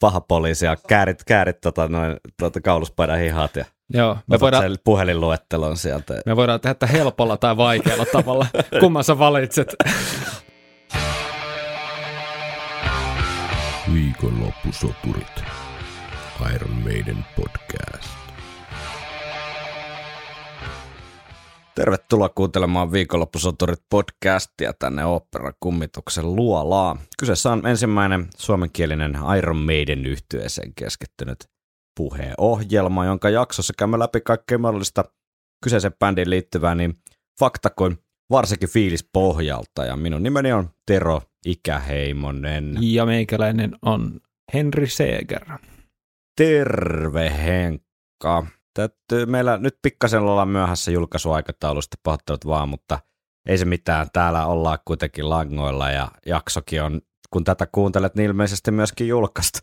paha poliisi ja käärit kauluspaidan hihat ja joo, me voidaan puhelinluettelon sieltä. Me voidaan tehdä helpolla tai vaikealla tavalla. Kumman sä valitset? Viikonloppusoturit. Iron Maiden podcast. Tervetuloa kuuntelemaan Viikonloppusoturit podcastia tänne Oopperakummituksen luolaan. Kyseessä on ensimmäinen suomenkielinen Iron Maiden -yhtyeeseen keskittynyt puheenohjelma, jonka jaksossa käymme läpi kaikkea mahdollista kyseisen bändiin liittyvää niin fakta kuin varsinkin fiilispohjalta. Ja minun nimeni on Tero Ikäheimonen. Ja meikäläinen on Henri Seeger. Terve Henkka. Meillä nyt pikkasen ollaan myöhässä julkaisuaikataulusta, pahoittelut vaan, mutta ei se mitään. Täällä ollaan kuitenkin langoilla ja jaksokin on, kun tätä kuuntelet, niin ilmeisesti myöskin julkaistu.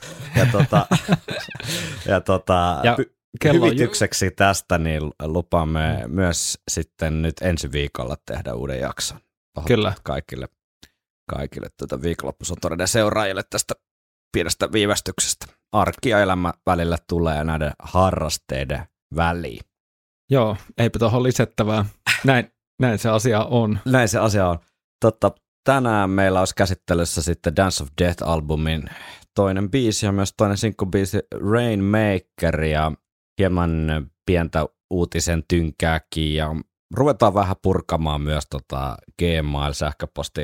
Ja hyvitykseksi tästä niin lupaamme myös sitten nyt ensi viikolla tehdä uuden jakson. Kyllä. Kaikille viikonloppusotureiden seuraajille tästä pienestä viivästyksestä. Arki ja elämä välillä tulee näiden harrasteiden väliin. Joo, eipä tuohon lisättävää. Näin se asia on. Näin se asia on. Tänään meillä olisi käsittelyssä sitten Dance of Death-albumin toinen biisi ja myös toinen sinkkubiisi Rainmaker ja hieman pientä uutisen tynkääkin ja ruvetaan vähän purkamaan myös Gmail-sähköposti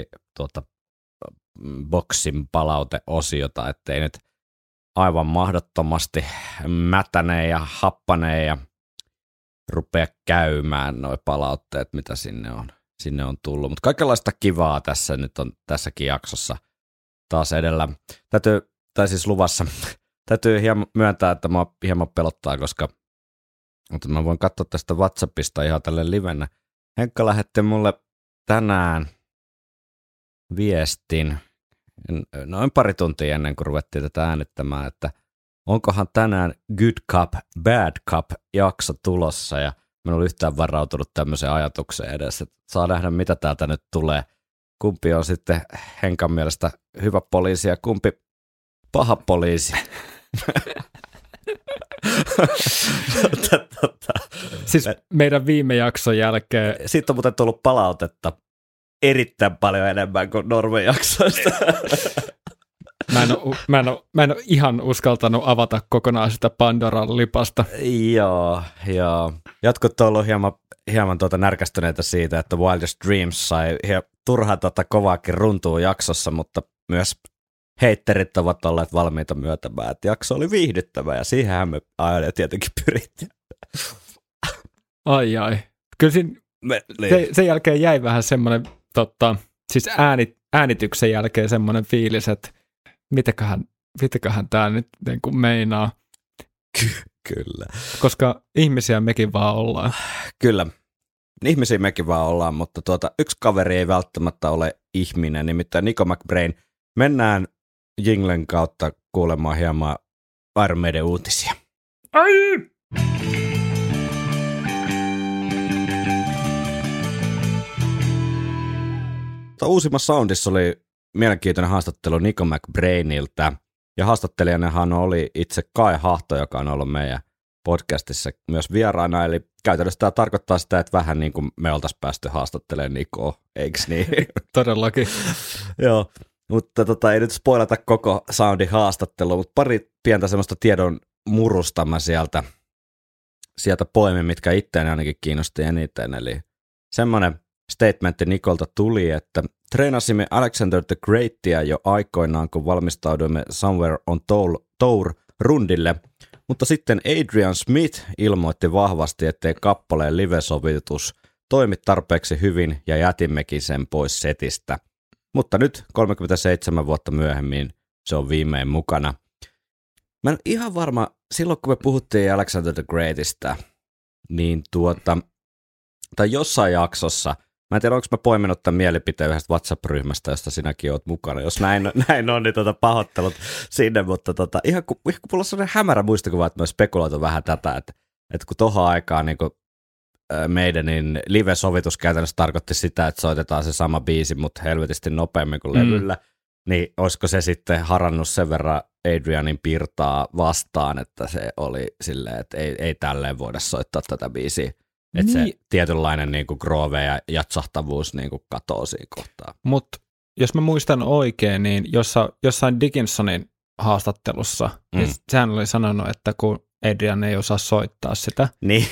boksin palauteosiota, ettei nyt aivan mahdottomasti mätänee ja happanee ja rupea käymään nuo palautteet, mitä sinne on tullut. Mutta kaikenlaista kivaa tässä nyt on tässäkin jaksossa taas edellä. Luvassa. Täytyy hieman myöntää, että mä hieman pelottaa, koska mä voin katsoa tästä WhatsAppista ihan tälle livenä. Henkka lähetti mulle tänään viestin noin pari tuntia ennen kuin ruvettiin tätä äänittämään, että onkohan tänään Good Cup, Bad Cup -jakso tulossa, ja mä en ollut yhtään varautunut tämmöiseen ajatukseen edes, että saa nähdä mitä täältä nyt tulee. Kumpi on sitten Henkan mielestä hyvä poliisi ja kumpi paha poliisi. Siis meidän viime jakson jälkeen. Siitä on muuten tullut palautetta erittäin paljon enemmän kuin normijaksoista. Mä en ole ihan uskaltanut avata kokonaan sitä Pandoran lipasta. Joo. Jotkut on ollut hieman närkästyneitä siitä, että Wildest Dreams sai turhaa kovaakin runtua jaksossa, mutta myös heitterit ovat olleet valmiita myötämään, että jakso oli viihdyttävä ja siihenhän me aina tietenkin pyrittiin. Ai. Kyllä sen jälkeen jäi vähän semmoinen, siis äänityksen jälkeen semmoinen fiilis, että mitäköhän tämä nyt niin kuin meinaa. Kyllä. Koska ihmisiä mekin vaan ollaan. Kyllä. Ihmisiä mekin vaan ollaan, mutta yksi kaveri ei välttämättä ole ihminen, nimittäin Nico McBrain. Mennään jinglen kautta kuulemaan hieman Iron Maiden uutisia. Ai! Uusimmassa Soundissa oli mielenkiintoinen haastattelu Nico McBrainilta, ja haastattelijanahan oli itse Kai Hahto, joka on ollut meidän podcastissa myös vieraana, eli käytännössä tämä tarkoittaa sitä, että vähän niin kuin me oltaisiin päästy haastattelemaan Nicoa, eikö niin? Todellakin. Joo, mutta ei nyt spoilata koko Soundin haastattelua, mutta pari pientä semmoista tiedon murusta mä sieltä poimin, mitkä itseäni ainakin kiinnosti eniten, eli semmoinen statementti Nicolta tuli, että treenasimme Alexander the Greatia jo aikoinaan, kun valmistauduimme Somewhere on Tour-rundille, mutta sitten Adrian Smith ilmoitti vahvasti, ettei kappaleen live-sovitus toimi tarpeeksi hyvin ja jätimmekin sen pois setistä. Mutta nyt 37 vuotta myöhemmin se on viimein mukana. Mä en ihan varma, silloin kun me puhuttiin Alexander the Greatistä, niin tai jossain jaksossa, mä en tiedä, onko mä poiminut tämän mielipiteen yhdestä WhatsApp-ryhmästä, josta sinäkin oot mukana. Jos näin on, niin pahoittelut sinne, mutta ihan kun mulla on sellainen hämärä muistikuva, että mä spekuloitu vähän tätä, että kun tohon aikaan niin meidän niin live-sovitus käytännössä tarkoitti sitä, että soitetaan se sama biisi, mutta helvetisti nopeammin kuin levyllä, niin olisiko se sitten harannut sen verran Adrianin pirtaa vastaan, että se oli silleen, että ei tälleen voida soittaa tätä biisiä. Että se tietynlainen niin kuin groove ja jatsahtavuus niin kuin katoo siinä kohtaa. Mutta jos mä muistan oikein, niin jossain Dickinsonin haastattelussa, niin sehän oli sanonut, että kun Adrian ei osaa soittaa sitä,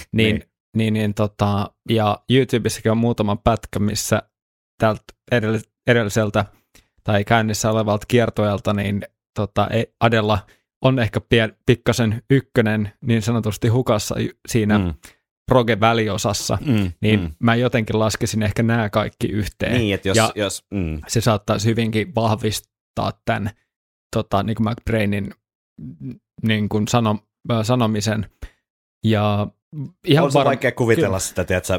ja YouTubessakin on muutama pätkä, missä tältä edelliseltä tai käynnissä olevalta kiertoelta, niin Adella on ehkä pikkasen ykkönen niin sanotusti hukassa siinä proge-väliosassa, mä jotenkin laskisin ehkä nämä kaikki yhteen. Niin, että se saattaisi hyvinkin vahvistaa tämän niin kuin McBrainin niin kuin sanomisen. Ja ihan on se vaikea kuvitella sitä, tiedätkö,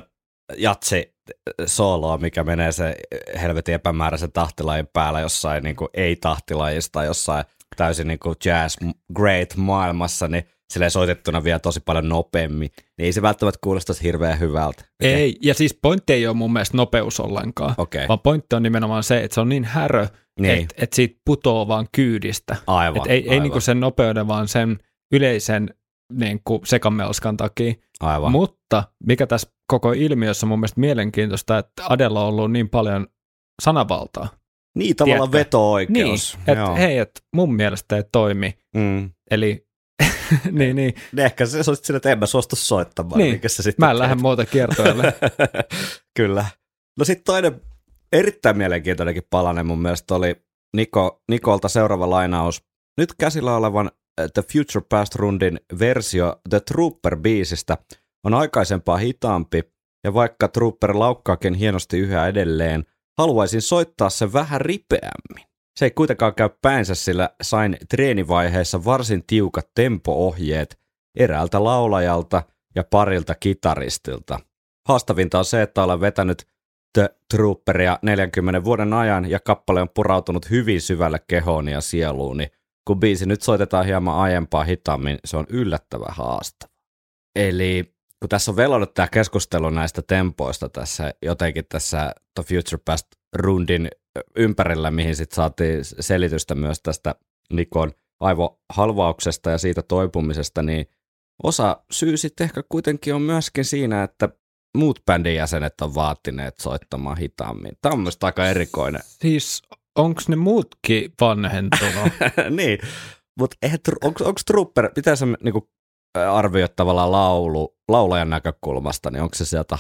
jatsi-sooloa, mikä menee se helvetin epämääräisen tahtilajin päällä jossain niin kuin ei-tahtilajista, jossain täysin niin kuin jazz great maailmassa, niin silleen soitettuna vielä tosi paljon nopeammin, niin ei se välttämättä kuulostaisi hirveän hyvältä. Ei, ja siis pointti ei ole mun mielestä nopeus ollenkaan, vaan pointti on nimenomaan se, että se on niin härö, että siitä putoo vaan kyydistä. Aivan. Ei niin kuin sen nopeuden, vaan sen yleisen niin kuin sekamelskan takia. Aivan. Mutta mikä tässä koko ilmiössä on mun mielestä mielenkiintoista, että Adella on ollut niin paljon sanavaltaa. Niin, tavallaan veto-oikeus. Niin, että hei, että mun mielestä ei toimi. Eli niin. Ehkä se olisi sillä, että en mä suostu soittamaan. Niin, mä en lähde muuta kiertoille. Kyllä. No sitten toinen erittäin mielenkiintoinenkin palanen mun mielestä oli Nikolta seuraava lainaus. Nyt käsillä olevan The Future Past-rundin versio The Trooper-biisistä on aikaisempaa hitaampi, ja vaikka Trooper laukkaakin hienosti yhä edelleen, haluaisin soittaa sen vähän ripeämmin. Se ei kuitenkaan käy päinsä, sillä sain treenivaiheessa varsin tiukat tempo-ohjeet eräältä laulajalta ja parilta kitaristilta. Haastavinta on se, että olen vetänyt The Trooperia 40 vuoden ajan ja kappale on purautunut hyvin syvälle kehooni ja sieluuni. Kun biisi nyt soitetaan hieman aiempaa hitaammin, se on yllättävän haastava. Eli kun tässä on velonnut tämä keskustelu näistä tempoista tässä jotenkin tässä The Future Past rundin ympärillä, mihin sitten saatiin selitystä myös tästä Nikon aivohalvauksesta ja siitä toipumisesta, niin osa syy sitten ehkä kuitenkin on myöskin siinä, että muut bändin jäsenet on vaatineet soittamaan hitaammin. Tämä on myös aika erikoinen. Siis onko ne muutkin vanhentunut? Niin, mutta onko Trooper, pitää se niinku arvioida tavallaan laulajan näkökulmasta, niin onko se sieltä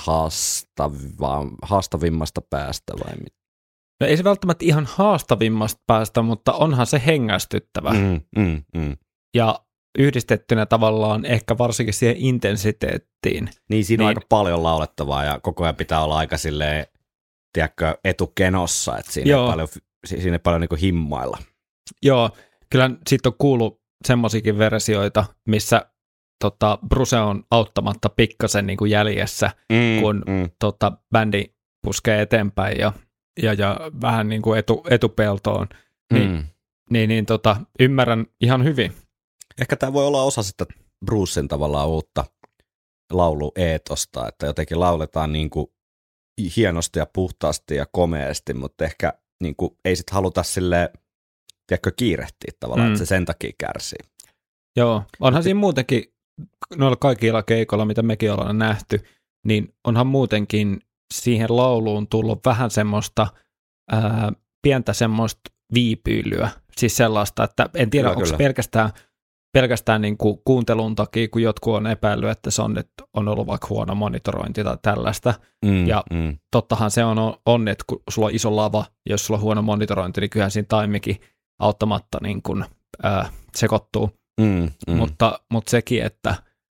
haastavimmasta päästä vai mitä? No ei se välttämättä ihan haastavimmasta päästä, mutta onhan se hengästyttävä. Ja yhdistettynä tavallaan ehkä varsinkin siihen intensiteettiin. Niin, siinä on aika paljon laulettavaa ja koko ajan pitää olla aika silleen, tiedätkö, etukenossa, että siinä ei paljon niin kuin himmailla. Joo, kyllä siitä on kuullut semmoisiakin versioita, missä Bruce on auttamatta pikkasen niin kuin jäljessä, kun bändi puskee eteenpäin ja vähän niin kuin etupeltoon. Niin, ymmärrän ihan hyvin. Ehkä tämä voi olla osa sitä Brucen tavallaan uutta laulueetosta, että jotenkin lauletaan niin kuin hienosti ja puhtaasti ja komeasti, mutta ehkä niin kuin ei sit haluta silleen, tiedätkö, kiirehtiä tavallaan, että se sen takia kärsii. Joo, onhan siinä muutenkin, noilla kaikilla keikoilla, mitä mekin ollaan nähty, niin onhan muutenkin siihen lauluun tullut vähän semmoista pientä semmoista viipyilyä, siis sellaista, että en tiedä, onko se pelkästään niin kuin kuuntelun takia, kun jotkut on epäillyt, että se on ollut vaikka huono monitorointi tai tällaista. Tottahan se on, että kun sulla on iso lava, jos sulla on huono monitorointi, niin kyllähän siinä taimikin auttamatta niin kuin, sekoittuu. Mutta sekin, että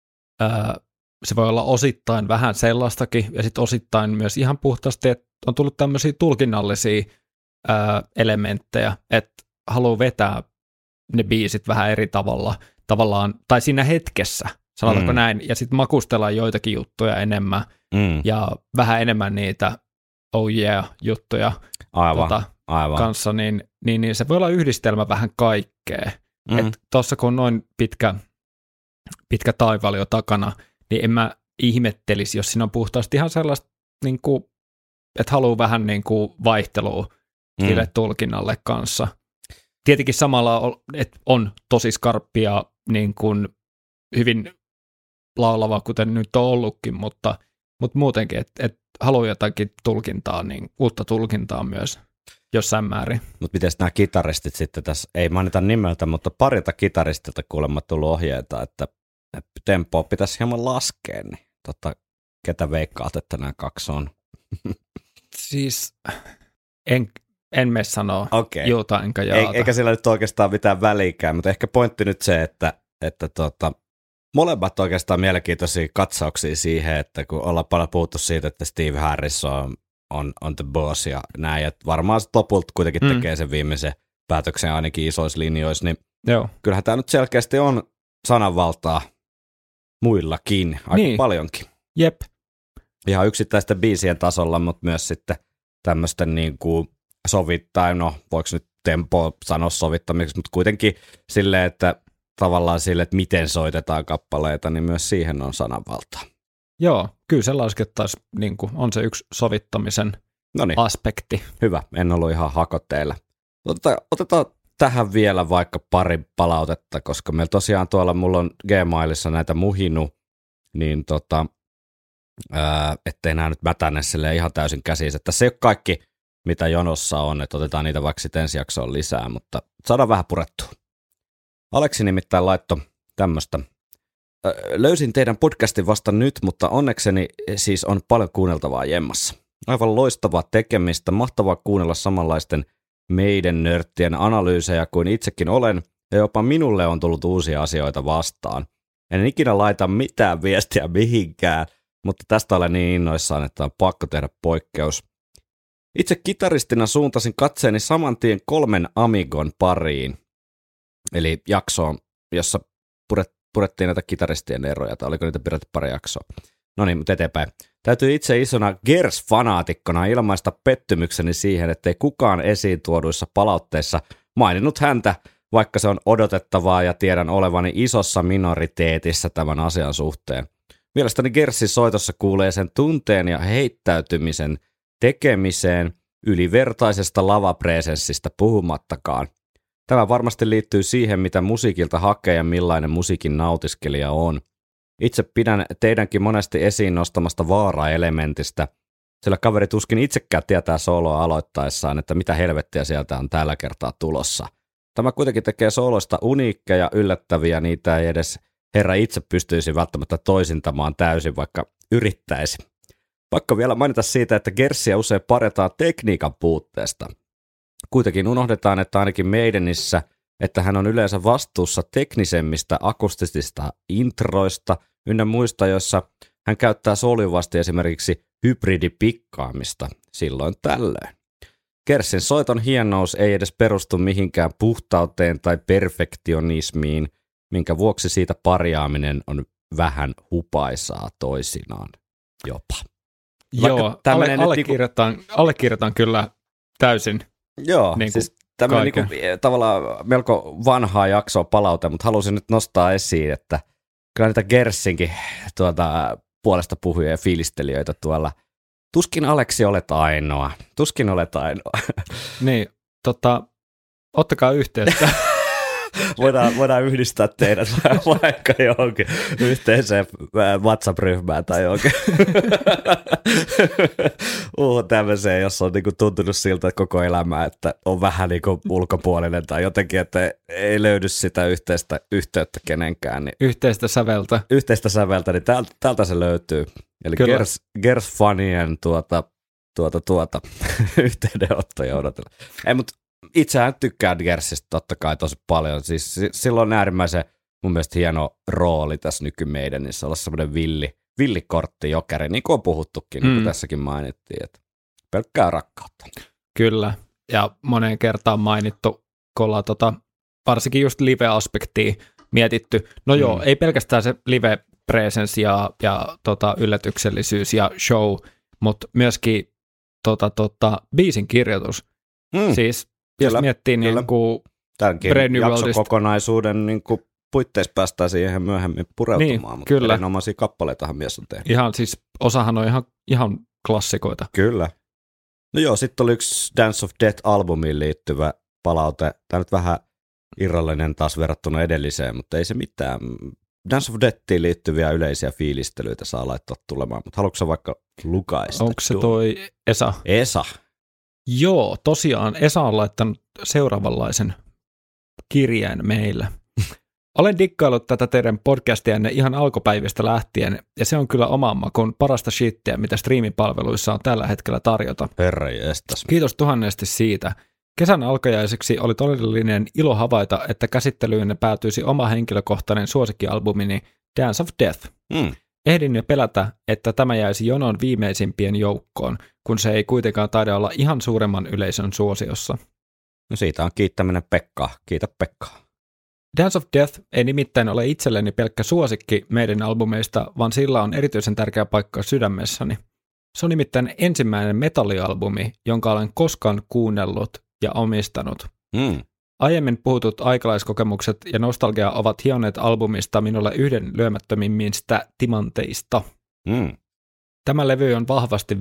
se voi olla osittain vähän sellaistakin, ja sitten osittain myös ihan puhtaasti, että on tullut tämmöisiä tulkinnallisia elementtejä, että haluaa vetää ne biisit vähän eri tavallaan, tai siinä hetkessä, sanotaanko näin, ja sitten makustellaan joitakin juttuja enemmän, ja vähän enemmän niitä oh yeah-juttuja aivan. kanssa, niin se voi olla yhdistelmä vähän kaikkea. Että tuossa kun on noin pitkä taivaali jo takana, niin en mä ihmettelisi, jos siinä on puhtaasti ihan sellaista, niin kuin, että haluaa vähän niin kuin vaihtelua sille tulkinnalle kanssa. tietenkin samalla että on tosi skarppia niin kuin hyvin laulava, kuten nyt on ollutkin, mutta muutenkin, että haluaa jotakin tulkintaa, niin uutta tulkintaa myös jossain määrin. Mutta miten nämä kitaristit sitten tässä, ei mainita nimeltä, mutta parilta kitaristilta kuulemma tullut ohjeita, että tempoa pitäisi hieman laskea, niin ketä veikkaat, että nämä kaksi on? Siis en mene sanoa juuta enkä jaata. Eikä sillä nyt oikeastaan mitään väliikään, mutta ehkä pointti nyt se, että molemmat oikeastaan mielenkiintoisia katsauksia siihen, että kun ollaan paljon puhuttu siitä, että Steve Harris on the boss ja näin, että varmaan sitten lopulta kuitenkin tekee sen viimeisen päätöksen ainakin isoissa linjoissa, niin kyllähän tämä nyt selkeästi on sananvaltaa muillakin, aika paljonkin. Jep. Ihan yksittäisten biisien tasolla, mutta myös sitten tämmöisten niin kuin sovittain, no voiko nyt tempoa sanoa sovittamiseksi, mutta kuitenkin silleen, että tavallaan sille, että miten soitetaan kappaleita, niin myös siihen on sananvaltaa. Joo, kyllä se laskettaisiin, niin kuin on se yksi sovittamisen aspekti. Hyvä, en ollut ihan hakotteilla. Otetaan tähän vielä vaikka pari palautetta, koska meillä tosiaan tuolla, mulla on Gmailissa näitä muhinu, niin ettei nämä nyt mätänne silleen ihan täysin käsissä. Tässä ei ole kaikki, mitä jonossa on, että otetaan niitä vaikka sitten ensi jaksoon lisää, mutta saadaan vähän purettua. Aleksi nimittäin laittoi tämmöistä. Löysin teidän podcastin vasta nyt, mutta onnekseni siis on paljon kuunneltavaa jemmassa. Aivan loistavaa tekemistä, mahtavaa kuunnella samanlaisten meidän nörttien analyysejä kuin itsekin olen, ja jopa minulle on tullut uusia asioita vastaan. En ikinä laita mitään viestiä mihinkään, mutta tästä olen niin innoissaan, että on pakko tehdä poikkeus. Itse kitaristina suuntasin katseeni saman tien 3 Amigon pariin, eli jaksoon, jossa purettiin näitä kitaristien eroja, tai oliko niitä peräti pari jaksoa. No niin, mutta eteenpäin. Täytyy itse isona Gers-fanaatikkona ilmaista pettymykseni siihen, ettei kukaan esiin tuoduissa palautteissa maininnut häntä, vaikka se on odotettavaa ja tiedän olevani isossa minoriteetissä tämän asian suhteen. Mielestäni Gersin soitossa kuulee sen tunteen ja heittäytymisen tekemiseen ylivertaisesta lavapresenssistä puhumattakaan. Tämä varmasti liittyy siihen, mitä musiikilta hakee ja millainen musiikin nautiskelija on. Itse pidän teidänkin monesti esiin nostamasta vaara-elementistä, sillä kaveri tuskin itsekään tietää sooloa aloittaessaan, että mitä helvettiä sieltä on tällä kertaa tulossa. Tämä kuitenkin tekee sooloista uniikkeja, yllättäviä, niitä ei edes herra itse pystyisi välttämättä toisintamaan täysin, vaikka yrittäisi. Pakko vielä mainita siitä, että Gerssiä usein paretaan tekniikan puutteesta. Kuitenkin unohdetaan, että ainakin Maidenissä, että hän on yleensä vastuussa teknisemmistä akustisista introista ynnä muista, joissa hän käyttää soljuvasti esimerkiksi hybridipikkaamista silloin tällöin. Gersin soiton hienous ei edes perustu mihinkään puhtauteen tai perfektionismiin, minkä vuoksi siitä parjaaminen on vähän hupaisaa toisinaan jopa. Joo, allekirjoitan kyllä täysin. Joo, niin siis tämmöinen tavallaan melko vanhaa jaksoa palaute, mutta halusin nyt nostaa esiin, että kyllä niitä Gersinkin puolesta puhujia ja fiilistelijöitä tuolla. Tuskin Aleksi olet ainoa. Niin, ottakaa yhteyttä. voidaan yhdistää teidät vaikka johonkin yhteiseen WhatsApp-ryhmään tai johonkin tämmöiseen, jossa on niinku tuntunut siltä että koko elämä, että on vähän niinku ulkopuolinen tai jotenkin, että ei löydy sitä yhteistä yhteyttä kenenkään. Niin yhteistä säveltä, niin täältä se löytyy. Eli Gers-fanien yhteydenottoja odotella. Ei, mutta itsehän tykkään Gersistä totta kai tosi paljon. Siis silloin on äärimmäisen mun mielestä hieno rooli tässä nykymeidänissä olla semmoinen villikorttijokeri, niin kuin on puhuttukin, niin kuin tässäkin mainittiin, että pelkkää rakkautta. Kyllä, ja moneen kertaan mainittu, kun ollaan varsinkin just live-aspektia mietitty. No joo, ei pelkästään se live-presence ja yllätyksellisyys ja show, mutta myöskin biisin kirjoitus. Siis jos miettii niin kuin tämänkin jaksokokonaisuuden niin kuin puitteissa päästään siihen myöhemmin pureutumaan, niin, mutta kyllä. Erinomaisia kappaleitahan mies on tehnyt. Ihan siis, osahan on ihan klassikoita. Kyllä. No joo, sitten oli yksi Dance of Death-albumiin liittyvä palaute. Tämä nyt vähän irrallinen taas verrattuna edelliseen, mutta ei se mitään. Dance of Deathiin liittyviä yleisiä fiilistelyitä saa laittaa tulemaan, mutta haluatko vaikka lukaista? Onko se toi Esa? Esa. Joo, tosiaan Esa on laittanut seuraavanlaisen kirjeen meille. Olen dikkaillut tätä teidän podcastianne ihan alkupäivistä lähtien, ja se on kyllä oman makun parasta shittiä, mitä striimipalveluissa on tällä hetkellä tarjota. Herranjestas. Kiitos tuhannesti siitä. Kesän alkajaiseksi oli todellinen ilo havaita, että käsittelyynne päätyisi oma henkilökohtainen suosikkialbumini Dance of Death. Ehdin jo pelätä, että tämä jäisi jonon viimeisimpien joukkoon, kun se ei kuitenkaan taida olla ihan suuremman yleisön suosiossa. No siitä on kiittäminen Pekkaa. Kiitä Pekkaa. Dance of Death ei nimittäin ole itselleni pelkkä suosikki meidän albumeista, vaan sillä on erityisen tärkeä paikka sydämessäni. Se on nimittäin ensimmäinen metallialbumi, jonka olen koskaan kuunnellut ja omistanut. Aiemmin puhutut aikalaiskokemukset ja nostalgia ovat hionneet albumista minulle yhden lyömättömimmistä timanteista. Tämä levy on vahvasti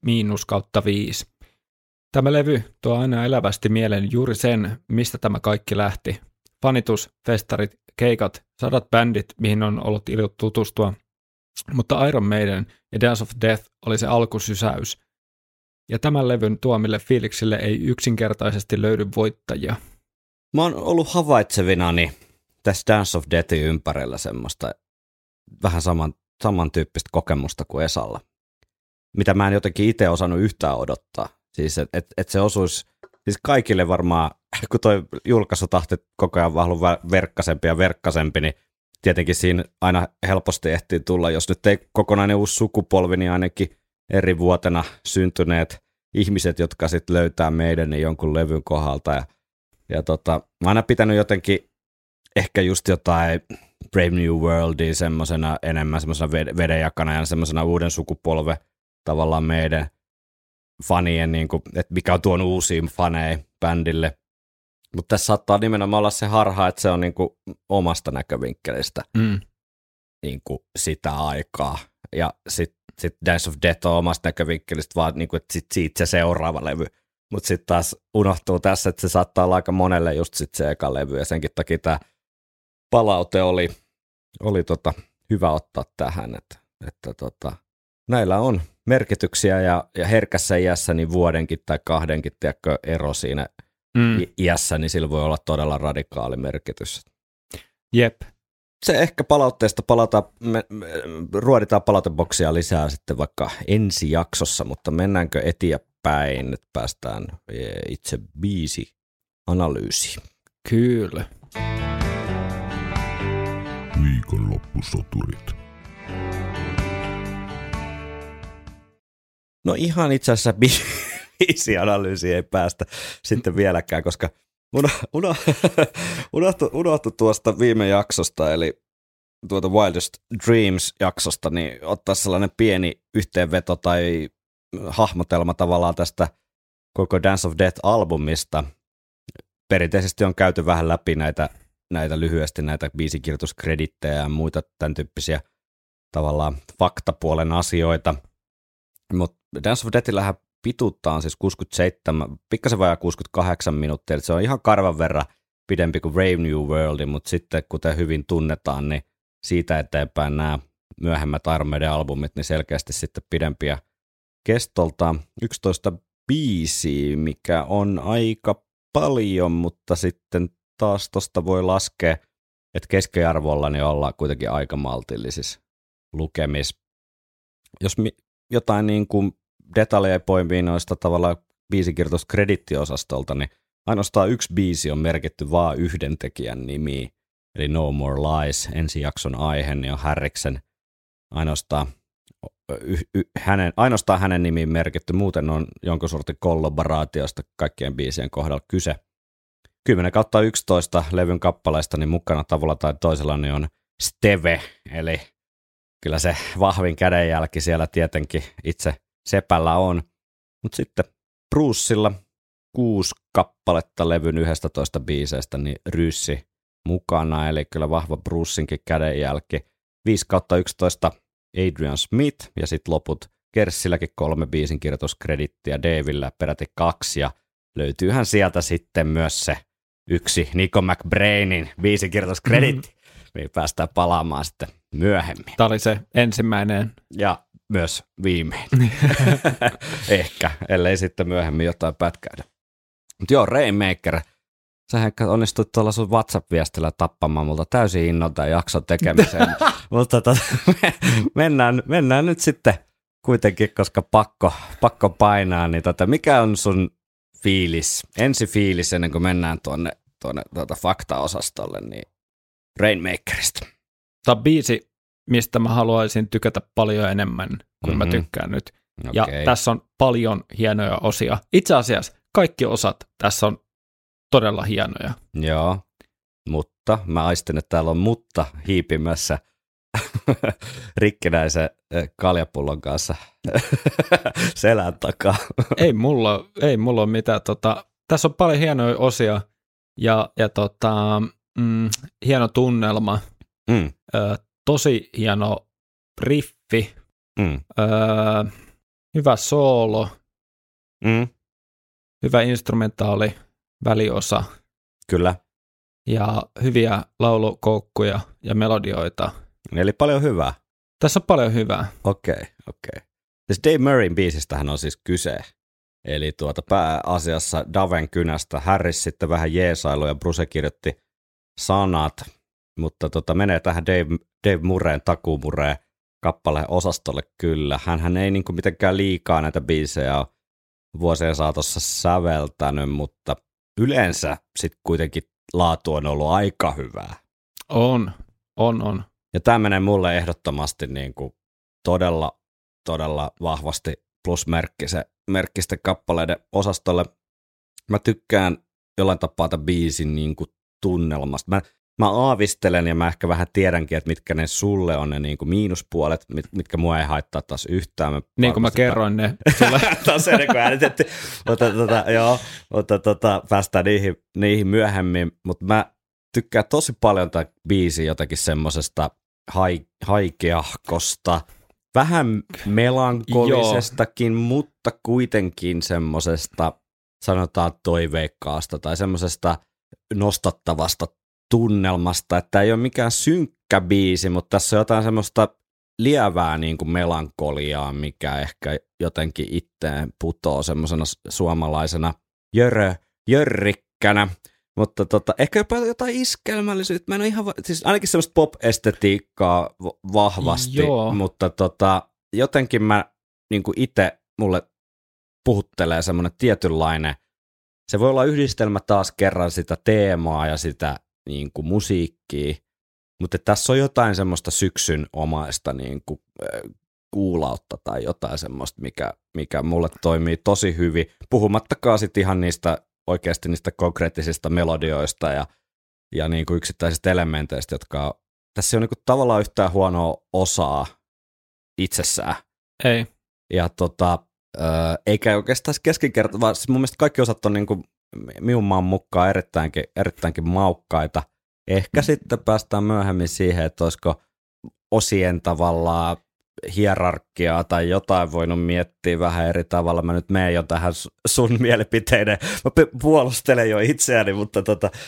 5/5. Tämä levy tuo aina elävästi mieleen juuri sen, mistä tämä kaikki lähti. Fanitus, festarit, keikat, 100 bändit, mihin on ollut ilo tutustua. Mutta Iron Maiden ja Dance of Death oli se alkusysäys. Ja tämän levyn tuomille fiiliksille ei yksinkertaisesti löydy voittajia. Mä oon ollut havaitsevinani tässä Dance of Deathin ympärillä semmoista vähän samantyyppistä kokemusta kuin Esalla, mitä mä en jotenkin itse osannut yhtään odottaa. Siis että se osuisi siis kaikille varmaan, kun toi julkaisutahti koko ajan vaan verkkasempi ja verkkasempi, niin tietenkin siinä aina helposti ehtii tulla, jos nyt ei kokonainen uusi sukupolvi, niin ainakin eri vuotena syntyneet ihmiset, jotka sitten löytää meidän niin jonkun levyn kohdalta. Ja mä oon aina pitänyt jotenkin ehkä just jotain Brave New Worldia semmoisena enemmän semmoisena vedenjakana ja semmoisena uuden sukupolven tavallaan meidän fanien, niin kuin, että mikä on tuonut uusia faneja bändille. Mutta tässä saattaa nimenomaan olla se harha, että se on niin kuin omasta näkövinkkelistä niin kuin sitä aikaa. Ja sitten Dance of Death on omasta näkövinkkelistä vaan, niin kuin, että siitä se seuraava levy. Mutta sitten taas unohtuu tässä, että se saattaa olla aika monelle just sit se eka levy. Ja senkin takia tämä palaute oli hyvä ottaa tähän, että näillä on merkityksiä ja herkässä iässä niin vuodenkin tai kahdenkin ero siinä iässä, niin sillä voi olla todella radikaali merkitys. Jep. Se ehkä palautteesta me ruoditaan palauteboksia lisää sitten vaikka ensi jaksossa, mutta mennäänkö eteenpäin, että päästään itse biisi-analyysiin? Kyllä. Viikonloppusoturit. No ihan itse asiassa biisi-analyysiin ei päästä sitten vieläkään, koska unohtu tuosta viime jaksosta, eli tuota Wildest Dreams-jaksosta, niin ottaa sellainen pieni yhteenveto tai hahmotelma tavallaan tästä koko Dance of Death-albumista. Perinteisesti on käyty vähän läpi näitä lyhyesti, näitä biisikirjoituskredittejä ja muita tämän tyyppisiä tavallaan faktapuolen asioita. Mutta Dance of Deathillähän pituutta on siis 67, pikkasen vajaa 68 minuuttia, eli se on ihan karvan verran pidempi kuin Brave New World, mutta sitten kuten hyvin tunnetaan, niin siitä eteenpäin nämä myöhemmät Iron Maiden albumit, niin selkeästi sitten pidempiä kestolta. 11 biisiä, mikä on aika paljon, mutta sitten taas tuosta voi laskea, että keskiarvolla niin ollaan kuitenkin aika maltillisissa lukemis. Jos jotain niin kuin detaljeja poimii noista tavallaan biisikirjoituskredittiosastolta, niin ainoastaan yksi biisi on merkitty vaan yhden tekijän nimiin, eli No More Lies, ensi jakson aihe, niin on Harriksen ainoastaan hänen nimiin merkitty, muuten on jonkun sortin kollaboraatiosta kaikkien biisien kohdalla kyse. 10/11 levyn kappaleista niin mukana tavalla tai toisella niin on Steve, eli kyllä se vahvin kädenjälki siellä tietenkin itse sepällä on. Mutta sitten Brucella 6 kappaletta levyn 11 biiseistä, niin Ryssi mukana, eli kyllä vahva Brucinkin kädenjälki. 5/11 Adrian Smith ja sitten loput Kerssilläkin 3 biisin kirjoituskredittiä, Davillä peräti 2 ja löytyyhän sieltä sitten myös se yksi Nico McBrainin biisikirjoituskrediitti, mihin päästään palaamaan sitten myöhemmin. Tämä oli se ensimmäinen. Ja myös viimein. Ehkä, ellei sitten myöhemmin jotain pätkäydä. Mutta joo, Rainmaker, sähän onnistuit tuolla sun WhatsApp-viestillä tappamaan multa täysin innolta jakson tekemiseen. Mutta mennään nyt sitten kuitenkin, koska pakko painaa, niin mikä on sun ensi fiilis ennen kuin mennään tuonne fakta-osastolle, niin Rainmakerista. Tämä on biisi, mistä mä haluaisin tykätä paljon enemmän kuin mä tykkään nyt. Okay. Ja tässä on paljon hienoja osia. Itse asiassa kaikki osat tässä on todella hienoja. Joo, mutta mä aistin, että täällä on mutta hiipimässä rikkinäisen kaljapullon kanssa selän takaa. Ei mulla ole mitään. Tässä on paljon hienoja osia ja hieno tunnelma, tosi hieno riffi, hyvä soolo, hyvä instrumentaali väliosa. Kyllä. Ja hyviä laulukoukkuja ja melodioita. Eli paljon hyvää. Tässä on paljon hyvää. Okei. Siis Dave Murrayn biisistähän on siis kyse. Eli pääasiassa Daven kynästä. Harris sitten vähän jeesailu ja Bruce kirjoitti sanat, mutta menee tähän Dave Murrayn takuumureen kappaleen osastolle kyllä. Hänhän ei niinku mitenkään liikaa näitä biisejä ole vuosien saatossa säveltänyt, mutta yleensä sitten kuitenkin laatu on ollut aika hyvää. On. Ja tämä menee mulle ehdottomasti niinku todella vahvasti plusmerkkisten kappaleiden osastolle. Mä tykkään jollain tapaa tämän biisin niinku tunnelmasta. Mä aavistelen ja mä ehkä vähän tiedänkin, että mitkä ne sulle on ne niinku miinuspuolet, mitkä mua ei haittaa taas yhtään. Niin kuin mä kerroin ne sulle. Taas ennen kuin äänitetty. Mutta päästään niihin myöhemmin. Mutta mä tykkään tosi paljon tämän biisin jotenkin semmosesta haikeahkosta, vähän melankolisestakin, mutta kuitenkin semmosesta, sanotaan toiveikkaasta tai semmosesta nostattavasta tunnelmasta, että ei ole mikään synkkä biisi, mutta tässä on jotain semmoista lievää niin kuin melankoliaa, mikä ehkä jotenkin itteen putoo semmoisena suomalaisena jörrikkänä, mutta ehkä jopa jotain iskelmällisyyttä. Mä en ole ihan, siis ainakin semmoista pop-estetiikkaa vahvasti, mutta jotenkin mä niin kuin itse mulle puhuttelee semmoinen tietynlainen, se voi olla yhdistelmä taas kerran sitä teemaa ja sitä niin kuin musiikkia, mutta tässä on jotain semmoista syksyn omaista niin kuin kuulautta tai jotain semmoista, mikä mulle toimii tosi hyvin, puhumattakaan sitten ihan oikeasti niistä konkreettisista melodioista ja niin kuin yksittäisistä elementeistä, jotka tässä ei ole niin kuin tavallaan yhtään huonoa osaa itsessään. Ei. Ja eikä oikeastaan keskinkertaista, vaan siis mun mielestä kaikki osat on niin kuin minun maan mukaan erittäinkin maukkaita. Ehkä sitten päästään myöhemmin siihen, että olisiko osien tavallaan hierarkiaa tai jotain voinut miettiä vähän eri tavalla. Mä nyt menen jo tähän sun mielipiteiden. Mä puolustelen jo itseäni, mutta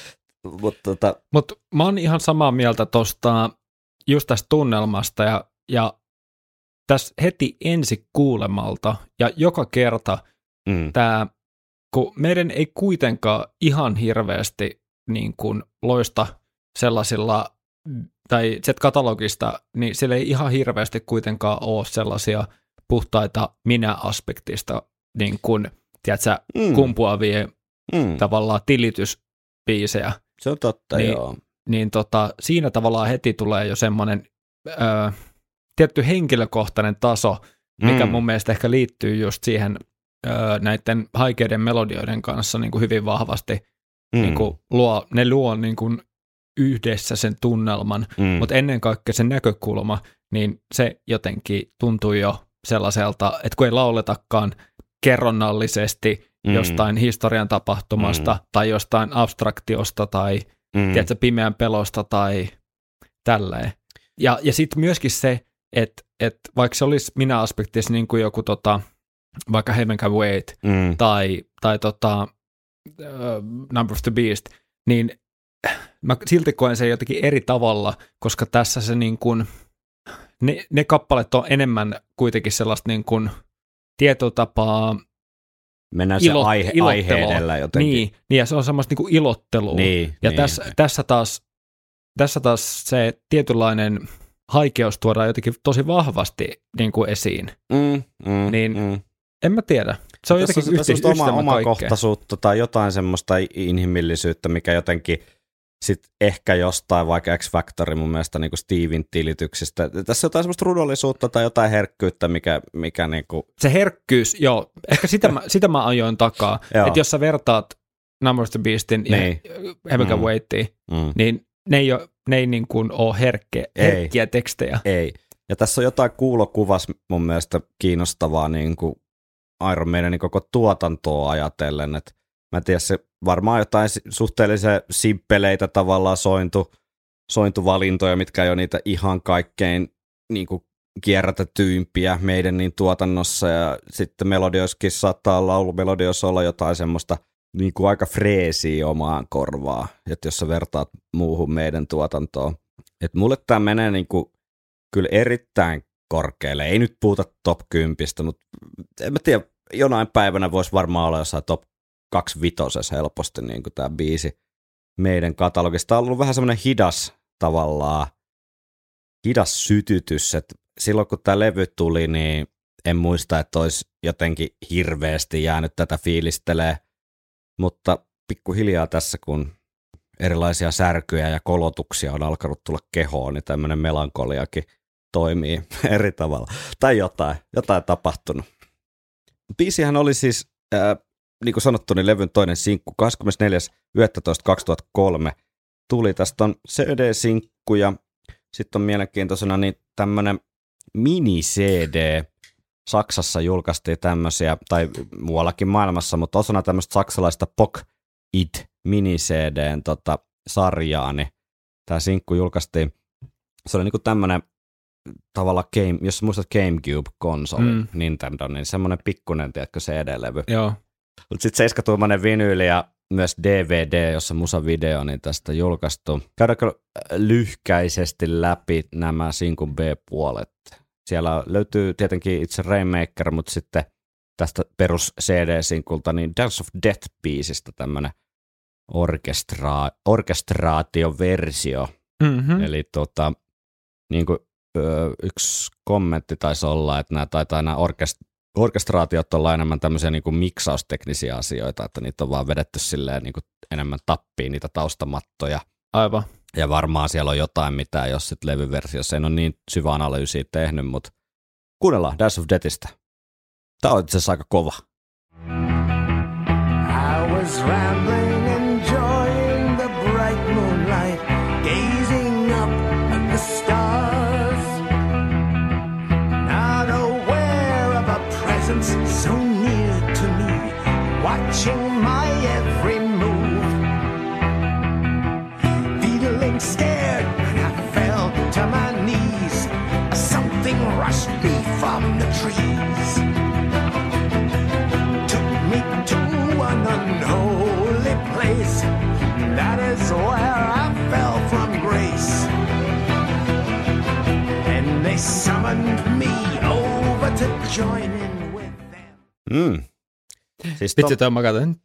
Mutta mä oon ihan samaa mieltä tosta just tästä tunnelmasta ja tässä heti ensi kuulemalta ja joka kerta tämä, kun meidän ei kuitenkaan ihan hirveästi niin kuin loista sellaisilla, tai katalogista, niin siellä ei ihan hirveästi kuitenkaan ole sellaisia puhtaita minä-aspektista niin kuin, tiedätkö, kumpuavia tavallaan tilitysbiisejä. Se on totta, joo. Niin siinä tavallaan heti tulee jo semmoinen tietty henkilökohtainen taso, mikä mun mielestä ehkä liittyy just siihen näiden haikeiden melodioiden kanssa niin kuin hyvin vahvasti. Niin kuin ne luo niin kuin yhdessä sen tunnelman, mutta ennen kaikkea sen näkökulma, niin se jotenkin tuntuu jo sellaiselta, että kun ei lauletakaan kerronnallisesti jostain historian tapahtumasta tai jostain abstraktiosta tai tiedätkö, pimeän pelosta tai tälleen. Ja sitten myöskin se, että vaikka se olisi minä-aspektissa niin kuin joku vaikka Heaven Can Wait tai Number of the Beast, niin mä silti koen sen jotenkin eri tavalla, koska tässä se niin kuin, ne kappaleet on enemmän kuitenkin sellaista niin kuin tietotapaa. Mennään se aihe edellä jotenkin. Niin, ja se on semmoista niin kuin ilottelua. Ja tässä taas se tietynlainen haikeus tuodaan jotenkin tosi vahvasti niin kuin esiin. En mä tiedä. Se on jotenkin omakohtaisuutta tai jotain semmoista inhimillisyyttä, mikä jotenkin sitten ehkä jostain, vaikka X-Factorin mun mielestä niin kuin Steven tilityksistä. Tässä on jotain semmoista rudollisuutta tai jotain herkkyyttä, mikä niin kuin... Se herkkyys, joo. Ehkä sitä mä ajoin takaa. Että jos sä vertaat Number of the Beastin ja Rebecca Waitiin, niin ne ei niin kuin ole herkkiä tekstejä. Ei. Ja tässä on jotain kuulokuvas mun mielestä kiinnostavaa niin kuin Iron Maidenin koko tuotantoa ajatellen, että mä en tiedä, se varmaan jotain suhteellisen simppeleitä tavallaan sointuvalintoja, mitkä ei ole niitä ihan kaikkein niin kuin kierrätetyimpiä meidän niin tuotannossa, ja sitten melodioissakin saattaa laulumelodioissa olla jotain semmoista niin kuin aika freesiä omaan korvaa, että jos sä vertaat muuhun meidän tuotantoon. Että mulle tämä menee niin kuin kyllä erittäin korkealle. Ei nyt puhuta top 10, mutta en mä tiedä, jonain päivänä voisi varmaan olla jossain top 25 helposti niin kuin tämä biisi meidän katalogista. Tämä on ollut vähän semmoinen hidas sytytys, että silloin kun tämä levy tuli, niin en muista, että olisi jotenkin hirveästi jäänyt tätä fiilistelee, mutta pikkuhiljaa tässä, kun erilaisia särkyjä ja kolotuksia on alkanut tulla kehoon, niin tämmöinen melankoliakin toimii eri tavalla. Tai jotain tapahtunut. Biisihän oli siis, niin kuin sanottu, niin levyn toinen sinkku. 24.11.2003 tuli. Tästä on CD-sinkku ja sitten on mielenkiintoisena niin tämmöinen mini-CD. Saksassa julkaistiin tämmöisiä, tai muuallakin maailmassa, mutta osana tämmöistä saksalaista Pock It mini-CDn sarjaa, niin tämä sinkku julkaistiin. Se oli niinku tämmöinen tavallaan, jos muistat GameCube-konsoli, Nintendo, niin semmoinen pikkuinen, tiedätkö, CD-levy. Joo. Mutta sitten 7-tuumainen vinyyli ja myös DVD, jossa musavideo, niin tästä julkaistu. Käydäänkö lyhkäisesti läpi nämä sinkun B-puolet? Siellä löytyy tietenkin itse Rainmaker, mutta sitten tästä perus CD-sinkulta niin Dance of Death-biisistä tämmöinen orkestraatioversio. Mm-hmm. Eli niin kuin, yksi kommentti taisi olla, että nämä orkestraatiot on enemmän tämmöisiä niin kuin miksausteknisiä asioita, että niitä on vaan vedetty silleen niin kuin enemmän tappiin niitä taustamattoja. Aivan. Ja varmaan siellä on jotain, mitä jos sitten levyversiossa en ole niin syvä analyysiä tehnyt, mutta kuunnellaan Dance of Deathistä. Tämä on itse asiassa aika kova. I was rambling, enjoying the bright moonlight, gazing up at the stars, not aware of a presence so near to me, watching my every move, feeling scared when I fell to my knees, something rushed me from the trees, took me to an unholy place, that is where I fell from grace, and they summoned me over to join in with them. Siis vitsi toi mä katsoin,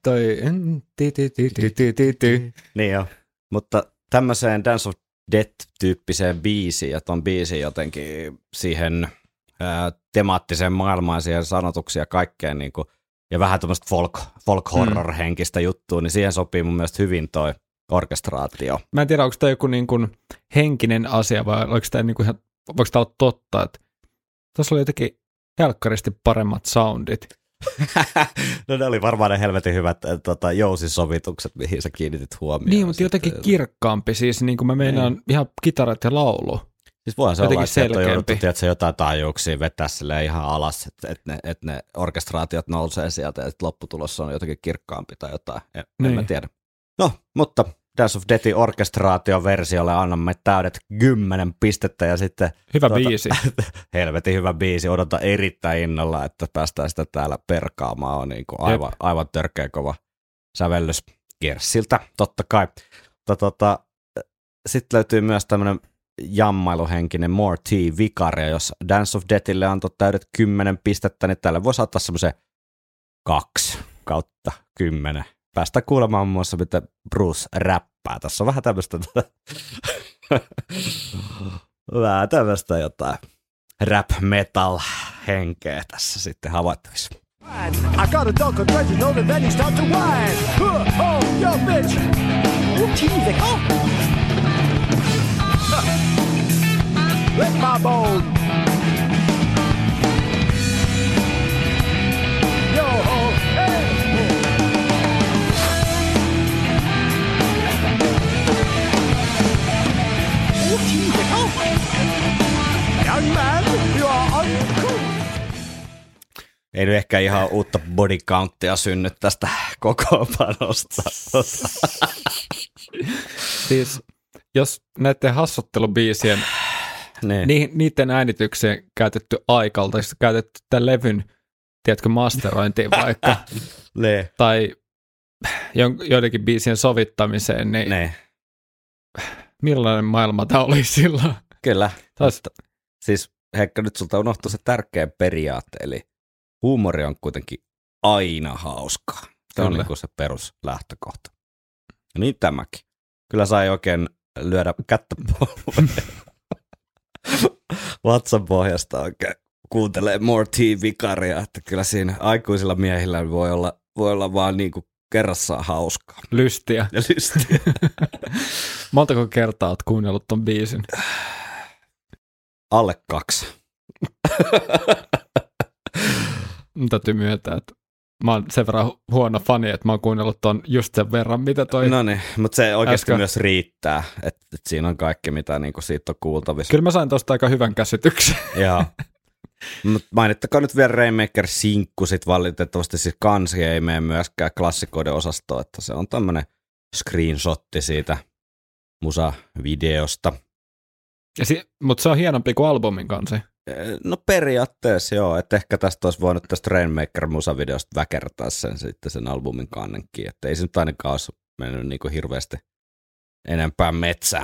Niin joo, mutta tämmöiseen Dance of Death-tyyppiseen biisiin, ja ton biisin jotenkin siihen temaattiseen maailmaan, siihen sanotuksia kaikkeen, niin kuin, ja vähän tämmöistä folk-horror-henkistä juttua, niin siihen sopii mun mielestä hyvin toi orkestraatio. Mä en tiedä, onko tämä joku niin kuin henkinen asia, vai oliko tämä niin kuin ihan, voiko tämä olla totta, että tässä oli jotenkin helkkaristi paremmat soundit. No ne oli varmaan ne helvetin hyvät jousisovitukset, mihin sä kiinnitit huomioon. Niin, mutta jotenkin kirkkaampi, siis niin kuin mä meinaan ihan kitarat ja laulu. Siis voihan se olla, että on jouduttu jotain taajuuksia vetää silleen ihan alas, että ne orkestraatiot nousee sieltä ja lopputulossa on jotenkin kirkkaampi tai jotain, en mä tiedä. No, mutta Dance of Deathin orkestraatioversiolle annamme täydet 10 pistettä ja sitten... Hyvä biisi. Helvetin hyvä biisi, odotan erittäin innolla, että päästään sitä täällä perkaamaan, on niin kuin aivan törkeä kova. sävellys Gersiltä, totta kai. Sitten löytyy myös tämmöinen jammailuhenkinen More Tea Vicaria, jos Dance of Deathille antoi täydet 10 pistettä, niin tälle voisi ottaa semmoisen 2/10. Päästä kuulemaan muun muassa, miten Bruce räppää. Tässä on vähän tämmöistä jotain rap-metal-henkeä tässä sitten havaittavissa. I got a dog called Reginald and then he start to whine. Oh, yo, bitch. Lick my bone. Yo, ho, hey. Young man, you are uncool. Ei nyt ehkä ihan uutta body countia synny tästä kokoonpanosta. Siis, jos näiden hassuttelubiisien, niiden äänitykseen käytetty aikalta, tai käytetty tämän levyn, tiedätkö, masterointiin vaikka, tai joidenkin biisien sovittamiseen, niin millainen maailma tämä oli silloin? Kyllä. Siis Heikka, nyt sulta unohtui se tärkeä periaate, eli huumori on kuitenkin aina hauskaa. Se on niin kuin se peruslähtökohta. Ja niin tämäkin. Kyllä sai oikein lyödä kättä vatsan pohjasta oikein. Kuuntelee More Tea Vicaria, että kyllä siinä aikuisilla miehillä voi olla vaan niin kuin kerrassaan hauskaa. Lystiä. Ja lystiä. Montako kertaa olet kuunnellut ton biisin? Alle 2. Täytyy myöntää, että mä oon sen verran huono fani, että mä oon kuunnellut ton just sen verran, mitä toi... No niin, mutta se oikeasti myös riittää, että siinä on kaikki, mitä niinku siitä on kuultavissa. Kyllä mä sain tosta aika hyvän käsityksen. Joo. Mutta mainittakaa nyt vielä Rainmaker-sinkku, sit valitettavasti siis kansi ei mene myöskään klassikoiden osastoon, että se on tämmönen screenshotti siitä musavideosta. Mutta se on hienompi kuin albumin kansi. No periaatteessa joo, että ehkä tästä olisi voinut tästä Rainmaker-musavideosta väkertaa sen albumin kannenkin, että ei se nyt ainakaan olisi mennyt niinku hirveästi enempää metsään.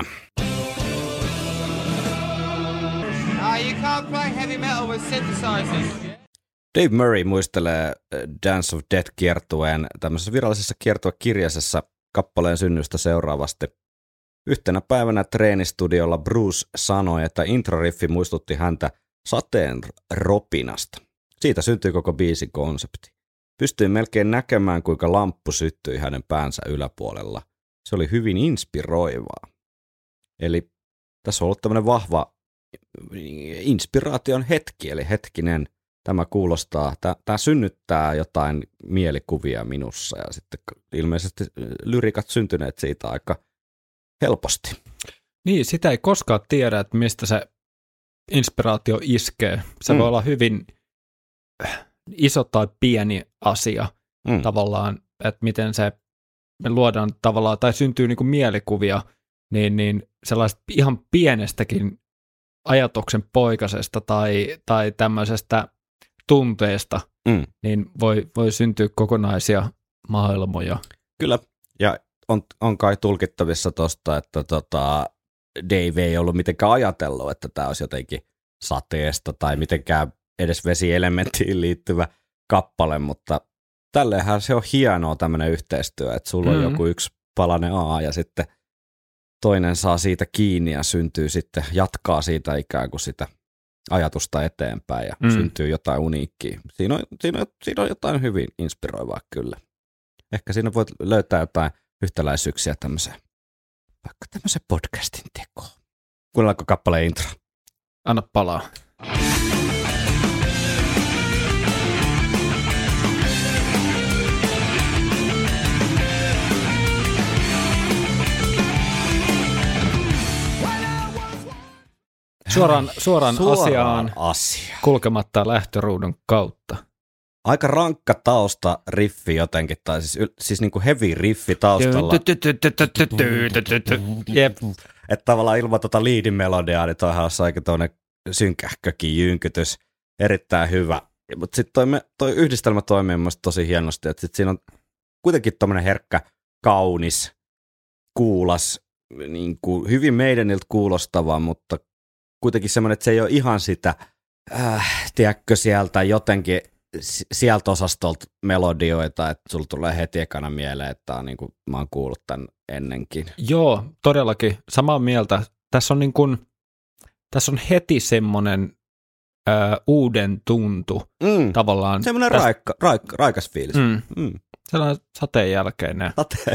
You can't play heavy metal with synthesizers. Dave Murray muistelee Dance of Death-kiertueen tämmöisessä virallisessa kiertuekirjaisessa kappaleen synnystä seuraavasti. Yhtenä päivänä treenistudiolla Bruce sanoi, että introriffi muistutti häntä sateen ropinasta. Siitä syntyi koko biisin konsepti. Pystyi melkein näkemään, kuinka lamppu syttyi hänen päänsä yläpuolella. Se oli hyvin inspiroivaa. Eli tässä on ollut tämmöinen vahva inspiraation hetki, eli hetkinen, tämä kuulostaa, tämä synnyttää jotain mielikuvia minussa, ja sitten ilmeisesti lyrikat syntyneet siitä aika helposti. Niin, sitä ei koskaan tiedä, että mistä se inspiraatio iskee. Se voi olla hyvin iso tai pieni asia tavallaan, että miten me luodaan tavallaan, tai syntyy niinku mielikuvia, niin sellaista ihan pienestäkin ajatuksen poikasesta tai tämmöisestä tunteesta, niin voi syntyä kokonaisia maailmoja. Kyllä, ja on kai tulkittavissa tosta, että Dave ei ollut mitenkään ajatellut, että tämä olisi jotenkin sateesta tai mitenkään edes vesielementtiin liittyvä kappale, mutta tälleenhän se on hienoa tämmöinen yhteistyö, että sulla on joku yksi palanen A ja sitten toinen saa siitä kiinni ja syntyy sitten, jatkaa siitä ikään kuin sitä ajatusta eteenpäin ja syntyy jotain uniikkiä. Siinä on jotain hyvin inspiroivaa kyllä. Ehkä siinä voit löytää jotain yhtäläisyyksiä tämmöiseen, vaikka tämmöisen podcastin tekoon. Kuunnellaanko kappaleen intro? Anna palaa. Suoraan asiaan kulkematta lähtöruudun kautta. Aika rankka tausta riffi jotenkin, tai siis niin kuin heavy riffi taustalla. Jep. Että tavallaan ilman tuota leadin melodiaa, niin toihan olisi aika tuonne synkähkökin jynkytys. Erittäin hyvä. Mutta sitten toi yhdistelmä toimii mielestäni tosi hienosti, että sitten siinä on kuitenkin tommonen herkkä, kaunis, kuulas, niin kuin hyvin meidäniltä kuulostava, mutta kuitenkin semmoinen, että se ei ole ihan sitä, tiedätkö, sieltä jotenkin, sieltä osastolta melodioita, että sulla tulee heti ekana mieleen, että on niin kuin, mä oon kuullut tämän ennenkin. Joo, todellakin. Samaa mieltä. Tässä on heti semmoinen uuden tuntu tavallaan. Semmoinen raikas fiilis. Sellainen sateen jälkeinen.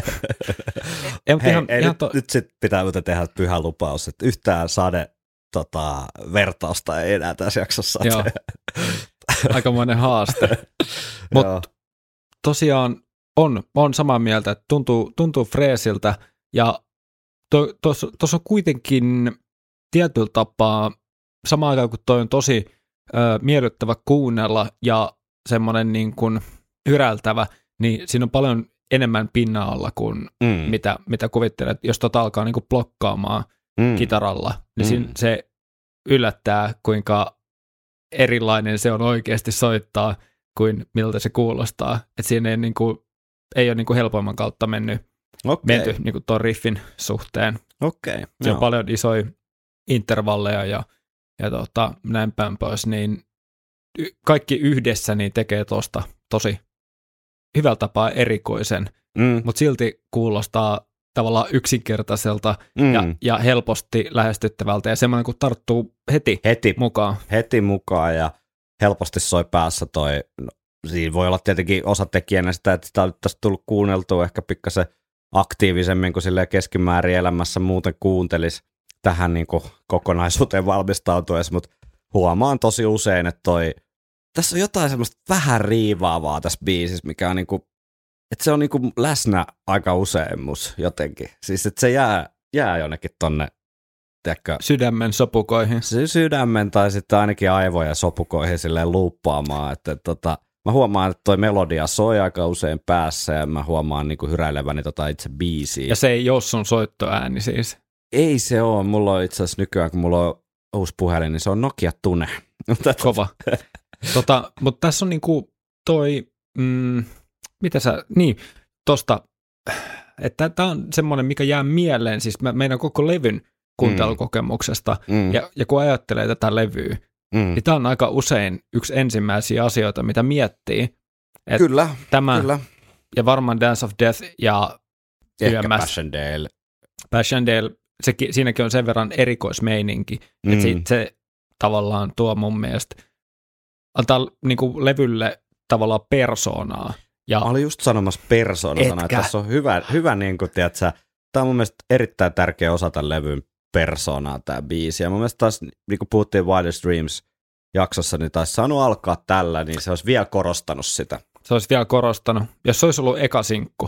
Nyt sitten pitää tehdä pyhä lupaus, että yhtään vertausta ei enää tässä jaksossa. Joo. Aikamoinen haaste. Mutta tosiaan on samaa mieltä, että tuntuu freesiltä ja tuossa on kuitenkin tietyllä tapaa samaan aikaan, kun toi on tosi miellyttävä kuunnella ja semmoinen niin kuin hyräiltävä, niin siinä on paljon enemmän pinnalla kuin mitä kuvittelet. Jos alkaa niin kuin blokkaamaan kitaralla, niin se yllättää, kuinka erilainen se on oikeasti soittaa kuin miltä se kuulostaa. Että siinä ei ole niin kuin helpoimman kautta menty niin kuin tuon riffin suhteen. Se on paljon isoja intervalleja ja näin päin pois, niin kaikki yhdessä niin tekee tuosta tosi hyvällä tapaa erikoisen, mutta silti kuulostaa tavallaan yksinkertaiselta ja helposti lähestyttävältä ja semmoinen, kun tarttuu heti mukaan. Heti mukaan ja helposti soi päässä toi, siinä voi olla tietenkin osatekijänä sitä, että sitä on tässä tullut kuunneltua ehkä pikkasen aktiivisemmin kuin silleen keskimäärin elämässä muuten kuuntelisi tähän niin kuin kokonaisuuteen valmistautuessa, mutta huomaan tosi usein, että tässä on jotain semmoista vähän riivaavaa tässä biisissä, mikä on niinku, että se on niinku läsnä aika usein mus jotenkin. Siis että se jää jonnekin tonne, tiedätkö, sydämen sopukoihin. Sydämen tai sitten ainakin aivojen sopukoihin silleen luuppaamaan, että mä huomaan, että toi melodia soi aika usein päässä ja mä huomaan niinku hyräileväni itse biisiä. Ja se ei ole sun soittoääni siis? Ei se ole. Mulla on itse asiassa nykyään, kun mulla on uusi puhelin, niin se on Nokia Tune. Kova. Mutta tässä on niinku tosta, että tämä on semmoinen, mikä jää mieleen, siis meidän koko levyn kuuntelukokemuksesta, ja kun ajattelee tätä levyä, niin tämä on aika usein yksi ensimmäisiä asioita, mitä miettii. Kyllä. Ja varmaan Dance of Death ja ehkä Passchendaele. Passchendaele, siinäkin on sen verran erikoismeininki, että se tavallaan tuo mun mielestä, antaa niinku levylle tavallaan persoonaa. Ja mä olin just sanomassa persoonana, että tässä on hyvä niin kuin, tiedätkö, tämä on mun mielestä erittäin tärkeä osa tämän levyn persoonaa, tämä biisi. Ja mun mielestä taas, niin kuin puhuttiin Wildest Dreams jaksossa, niin taisi saanut alkaa tällä, niin se olisi vielä korostanut sitä. Se olisi vielä korostanut, jos se olisi ollut eka sinkku.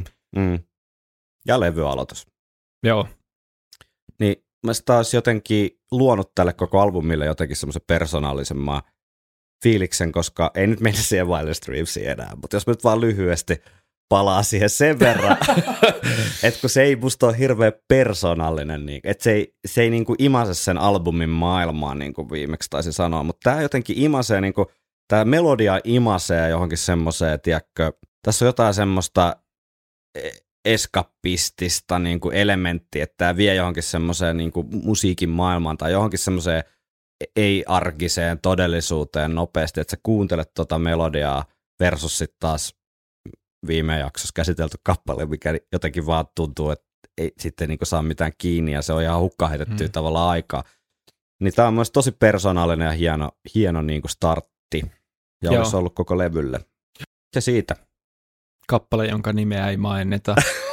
Ja levyaloitus. Joo. Niin mä taas jotenkin luonut tälle koko albumille jotenkin semmoisen persoonallisemman fiiliksen, koska ei nyt mennä siihen Wildest Dreamsiin enää, mutta jos mä nyt vaan lyhyesti palaa siihen sen verran, että kun se ei musta ole hirveän persoonallinen, niin, että se ei niin kuin imase sen albumin maailmaan, niin kuin viimeksi taisin sanoa, mutta tämä jotenkin imasee, niin kuin, tämä melodia imasee johonkin semmoiseen, tiedätkö, tässä on jotain semmoista eskapistista niin kuin elementtiä, että tämä vie johonkin semmoiseen niin kuin musiikin maailmaan tai johonkin semmoiseen ei-arkiseen todellisuuteen nopeasti, että sä kuuntelet tota melodiaa versus sitten taas viime jaksossa käsitelty kappale, mikä jotenkin vaan tuntuu, että ei sitten niin kuin saa mitään kiinni ja se on ihan hukkaheitettyä tavallaan aikaa. Niin tämä on myös tosi persoonallinen ja hieno niin kuin startti ja olisi ollut koko levylle. Se siitä. Kappale, jonka nimeä ei mainita.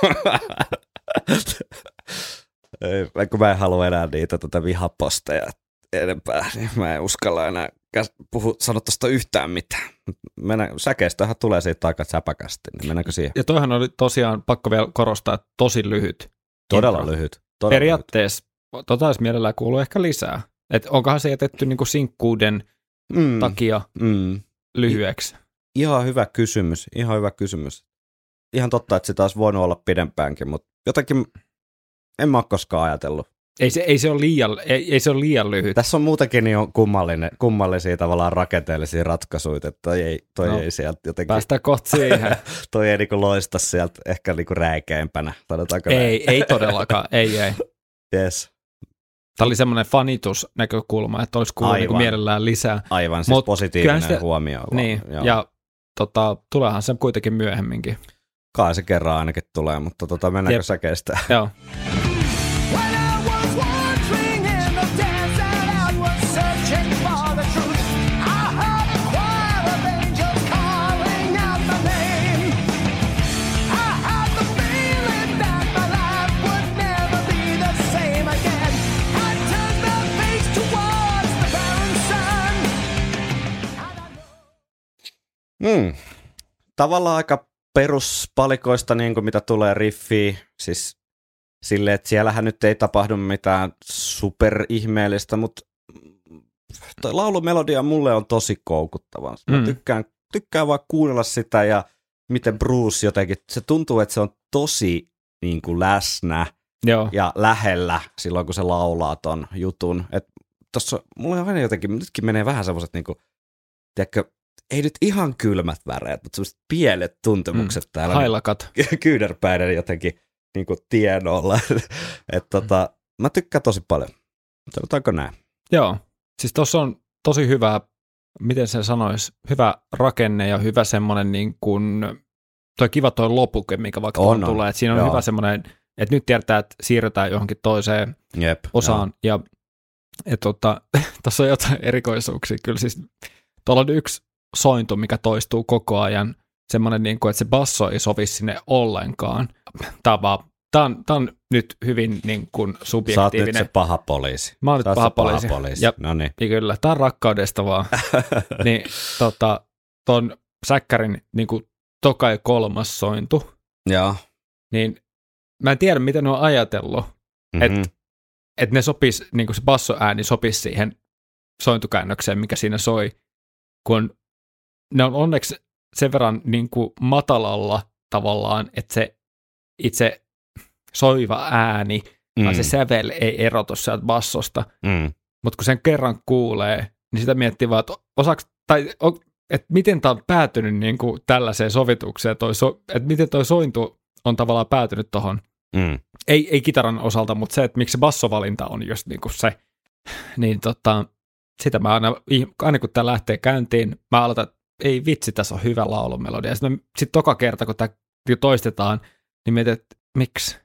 Kun mä en halua enää niitä vihaposteja enempää, niin mä en uskalla enää sano tuosta yhtään mitään. Säkeistähän tulee siitä aika säpäkästi, niin mennäänkö siihen? Ja toihan oli tosiaan, pakko vielä korostaa, että tosi lyhyt. Todella lyhyt. Periaatteessa olisi mielellään kuuluu ehkä lisää. Että onkohan se jätetty niinku sinkkuuden takia lyhyeksi? Ihan hyvä kysymys. Ihan totta, että sitä olisi voinut olla pidempäänkin, mutta jotenkin en mä ole koskaan ajatellut Ei se ole liian lyhyt. Tässä on muutenkin niin kummallisia tavallaan rakenteellisia ratkaisuja, että toi ei sieltä jotenkin... Päästään kohta siihen. Toi ei niinku loista sieltä ehkä niinku räikeimpänä, sanotaanko ei todellakaan, ei. Yes. Tämä oli semmoinen fanitusnäkökulma, että olisi kuullut niin mielellään lisää. Aivan, siis positiivinen huomio. Niin, ja tuleehan se kuitenkin myöhemminkin. Kai se kerran ainakin tulee, mutta mennäänkö säkeistä? Joo. Tavallaan aika peruspalikoista, niin kuin mitä tulee riffiin, siis silleen, että siellähän nyt ei tapahdu mitään superihmeellistä, mutta toi laulumelodia mulle on tosi koukuttava. Mä tykkään vaan kuunnella sitä ja miten Bruce jotenkin, se tuntuu, että se on tosi niin kuin läsnä ja lähellä silloin, kun se laulaa ton jutun. Et tossa mulla on aina jotenkin, nytkin menee vähän semmoiset niin kuin, tiedätkö, ei nyt ihan kylmät väreet, mutta semmoiset pienet tuntemukset täällä. Hailakat. Kyynärpäiden jotenkin niin kuin tienoilla. Mä tykkään tosi paljon. Sanotaanko näin? Joo. Siis tuossa on tosi hyvä, miten sen sanoisi, hyvä rakenne ja hyvä semmoinen niin kuin, kiva toi lopuke, mikä vaikka tulee. Että siinä on hyvä semmoinen, että nyt tiedetään, että siirrytään johonkin toiseen osaan. Ja tuossa on jotain erikoisuuksia. Kyllä siis tuolla on yksi sointu, mikä toistuu koko ajan. Semmoinen, niin kuin, että se basso ei sovi sinne ollenkaan. Tämä on nyt hyvin niin kuin subjektiivinen. Sä oot nyt se paha poliisi. Mä oon nyt paha poliisi. No niin. Kyllä, tää on rakkaudesta vaan. Niin ton säkkärin niin kuin toka ja kolmas sointu. Joo. Niin mä en tiedä, miten ne on ajatellut, että ne sopis, niin kuin se bassoääni sopisi siihen sointukäännökseen, mikä siinä soi, kun ne on onneksi sen verran niin kuin matalalla tavallaan, että se itse soiva ääni tai se sävel ei erotu sieltä bassosta, mutta kun sen kerran kuulee, niin sitä miettii vaan, että miten tämä on päätynyt niin kuin tällaiseen sovitukseen, että miten toi sointu on tavallaan päätynyt tuohon. Ei kitaran osalta, mutta se, että miksi se bassovalinta on just niin kuin se, niin sitä mä aina kun tämä lähtee käyntiin, mä aloitan, että ei vitsi, tässä on hyvä laulumelodia. Ja sitten toka kerta, kun tämä toistetaan, niin mietin, että miksi?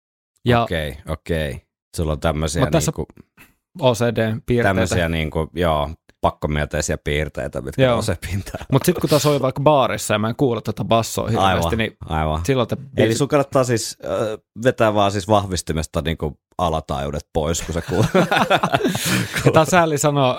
Okei. Sulla on tämmöisiä niinku OCD-piirteitä. Tämmöisiä niinku, pakkomielteisiä piirteitä, mitkä nousee pintaan. Mutta sitten kun taas oli vaikka baarissa ja mä en kuule tuota bassoa hirveästi, niin silloin Eli sun kannattaa siis vetää vaan siis vahvistimesta niinku alataajuudet pois, kun se kuulee. Tämä sääli sanoo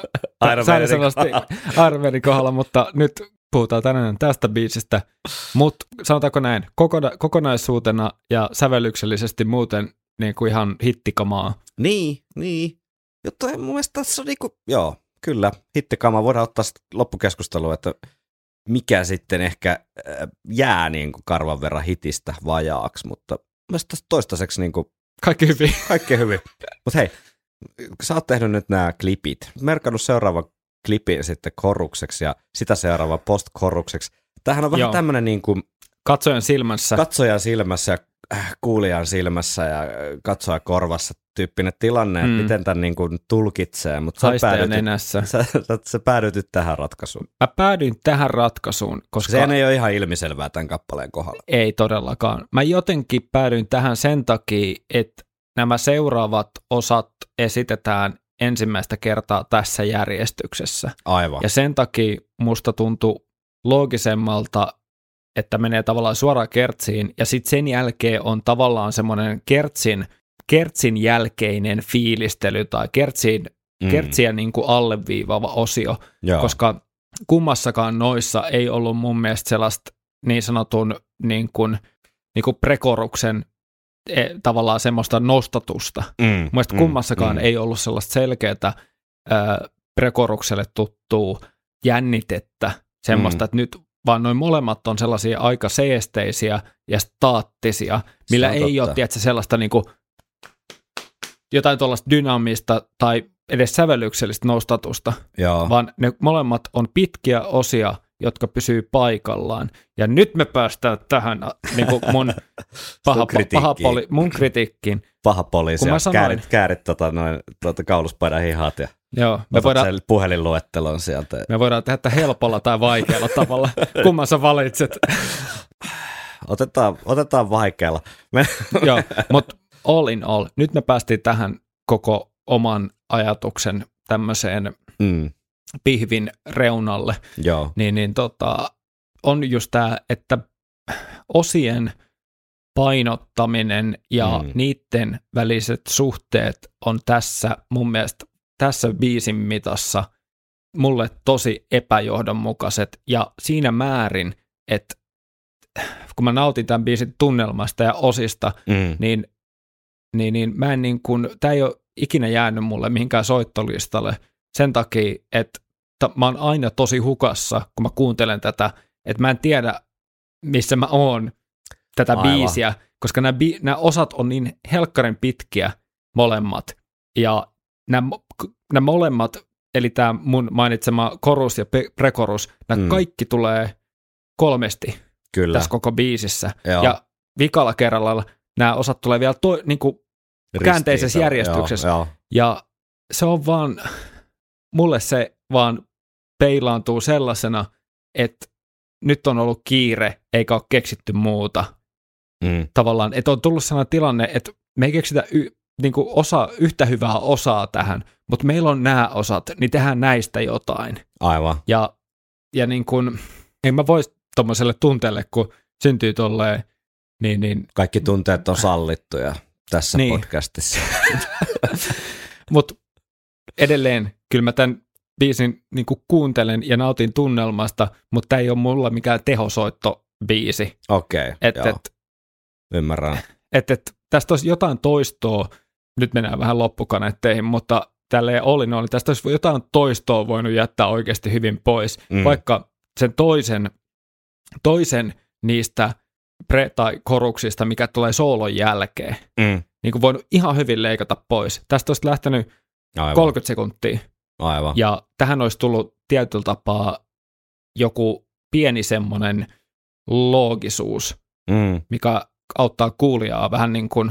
Iron Maiden kohdalla, mutta nyt puhutaan tänään tästä biisistä. Mutta sanotaanko näin, kokonaisuutena ja sävellyksellisesti muuten niin kuin ihan hittikamaa. Niin. Jotta mun mielestä tässä on niinku, kyllä, hittikamaa. Voidaan ottaa loppukeskustelua, että mikä sitten ehkä jää niin kuin karvan verran hitistä vajaaksi, mutta mielestäni toistaiseksi niin kuin kaikki hyvin. Mutta hei, sä oot tehnyt nyt nämä klipit. Merkannut seuraava klipin sitten korrukseksi ja sitä seuraava post-korrukseksi. Tämähän on vähän tämmöinen niin kuin katsojan silmässä ja kuulijan silmässä ja katsoja korvassa tyyppinen tilanne, että miten tämän niin kuin tulkitsee. Mutta sä päädytit tähän ratkaisuun. Mä päädyin tähän ratkaisuun, koska se ei ole ihan ilmiselvää tämän kappaleen kohdalla. Ei todellakaan. Mä jotenkin päädyin tähän sen takia, että nämä seuraavat osat esitetään ensimmäistä kertaa tässä järjestyksessä. Aivan. Ja sen takia musta tuntui loogisemmalta, että menee tavallaan suoraan kertsiin, ja sitten sen jälkeen on tavallaan semmoinen kertsin jälkeinen fiilistely tai kertsiä niin kuin alleviivaava osio, koska kummassakaan noissa ei ollut mun mielestä sellaista niin sanotun niin kuin prekoruksen tavallaan semmoista nostatusta. Mun mielestä kummassakaan ei ollut sellaista selkeää prekorukselle tuttua jännitettä, semmoista, että nyt vaan noin molemmat on sellaisia aika seesteisiä ja staattisia, millä ei ole, tiedätkö, sellaista niinku, jotain tuollaista dynaamista tai edes sävellyksellistä nostatusta, vaan ne molemmat on pitkiä osia, jotka pysyy paikallaan. Ja nyt me päästään tähän niin kuin mun kritiikkiin. Paha poliisi, ja käärit kauluspaidan hihat ja me voidaan sen puhelinluettelon sieltä. Me voidaan tehdä tätä helpolla tai vaikealla tavalla. Kumman sä valitset? Otetaan vaikealla. Joo, mutta all in all, nyt me päästiin tähän koko oman ajatuksen tämmöiseen pihvin reunalle. Joo. On just tämä, että osien painottaminen ja niiden väliset suhteet on tässä mun mielestä tässä biisin mitassa mulle tosi epäjohdonmukaiset ja siinä määrin, että kun mä nautin tämän biisin tunnelmasta ja osista, niin mä en tää ei ole ikinä jäänyt mulle mihinkään soittolistalle sen takia, että mä oon aina tosi hukassa, kun mä kuuntelen tätä, että mä en tiedä, missä mä oon tätä biisiä, koska nämä osat on niin helkkarin pitkiä molemmat, ja nämä molemmat, eli tämä mun mainitsema korus ja prekorus, nämä kaikki tulee kolmesti tässä koko biisissä, ja vikalla kerralla nämä osat tulee vielä käänteisessä järjestyksessä, ja se on vaan, mulle se vaan peilaantuu sellaisena, että nyt on ollut kiire, eikä ole keksitty muuta. Tavallaan, että on tullut sellainen tilanne, että me ei keksitä yhtä hyvää osaa tähän, mutta meillä on nämä osat, niin tehdään näistä jotain. Aivan. Ja en mä voisi tuommoiselle tunteelle, kun syntyy tolleen, niin kaikki tunteet on sallittuja tässä podcastissa. Mutta edelleen, kyllä mä tämän biisin kuuntelen ja nautin tunnelmasta, mutta tämä ei ole mulla mikään tehosoittobiisi. Okei, ymmärrän. Tästä olisi jotain toistoa, nyt mennään vähän loppukaneetteihin, mutta tälleen oli, tästä olisi jotain toistoa voinut jättää oikeasti hyvin pois, vaikka sen toisen niistä tai koruksista, mikä tulee soolon jälkeen, niin kuin voinut ihan hyvin leikata pois. Tästä olisi lähtenyt 30 sekuntia. Aivan. Ja tähän olisi tullut tietyllä tapaa joku pieni semmoinen loogisuus, mikä auttaa kuulijaa vähän niin kuin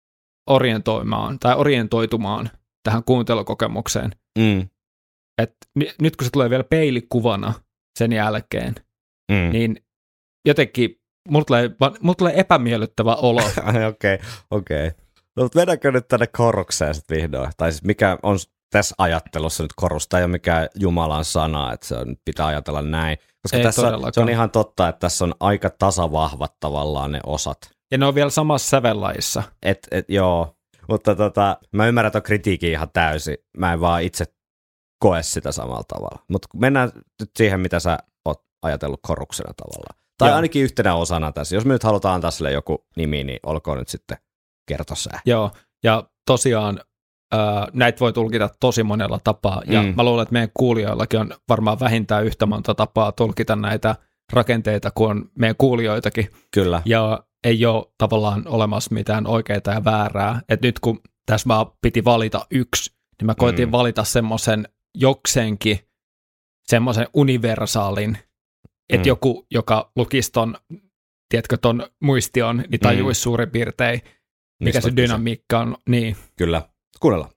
orientoitumaan tähän kuuntelukokemukseen. Et nyt kun se tulee vielä peilikuvana sen jälkeen, niin jotenkin mulla tulee epämiellyttävä olo. Okei. No, mutta mennäänkö nyt tänne korukseen sitten vihdoin? Tai siis mikä on tässä ajattelussa nyt korusta, ei ole mikään Jumalan sana, että se on, pitää ajatella näin. Koska tässä se on ihan totta, että tässä on aika tasavahvat tavallaan ne osat. Ja ne on vielä samassa sävellajissa. Joo, mutta mä ymmärrän ton kritiikin ihan täysin. Mä en vaan itse koe sitä samalla tavalla. Mutta mennään nyt siihen, mitä sä oot ajatellut koruksena tavallaan. Tai ainakin yhtenä osana tässä. Jos me nyt halutaan antaa sille joku nimi, niin olkoon nyt sitten kertosää. Joo, ja tosiaan näitä voi tulkita tosi monella tapaa, ja mä luulen, että meidän kuulijoillakin on varmaan vähintään yhtä monta tapaa tulkita näitä rakenteita kuin on meidän kuulijoitakin. Kyllä. Ja ei ole tavallaan olemassa mitään oikeaa ja väärää. Et nyt kun tässä vaan piti valita yksi, niin mä koitin valita semmoisen jokseenkin semmoisen universaalin, että joku, joka lukisi ton muistion, niin tajuisi suurin piirtein, mikä se dynamiikka on. Niin. Kyllä. Kuunnellaan.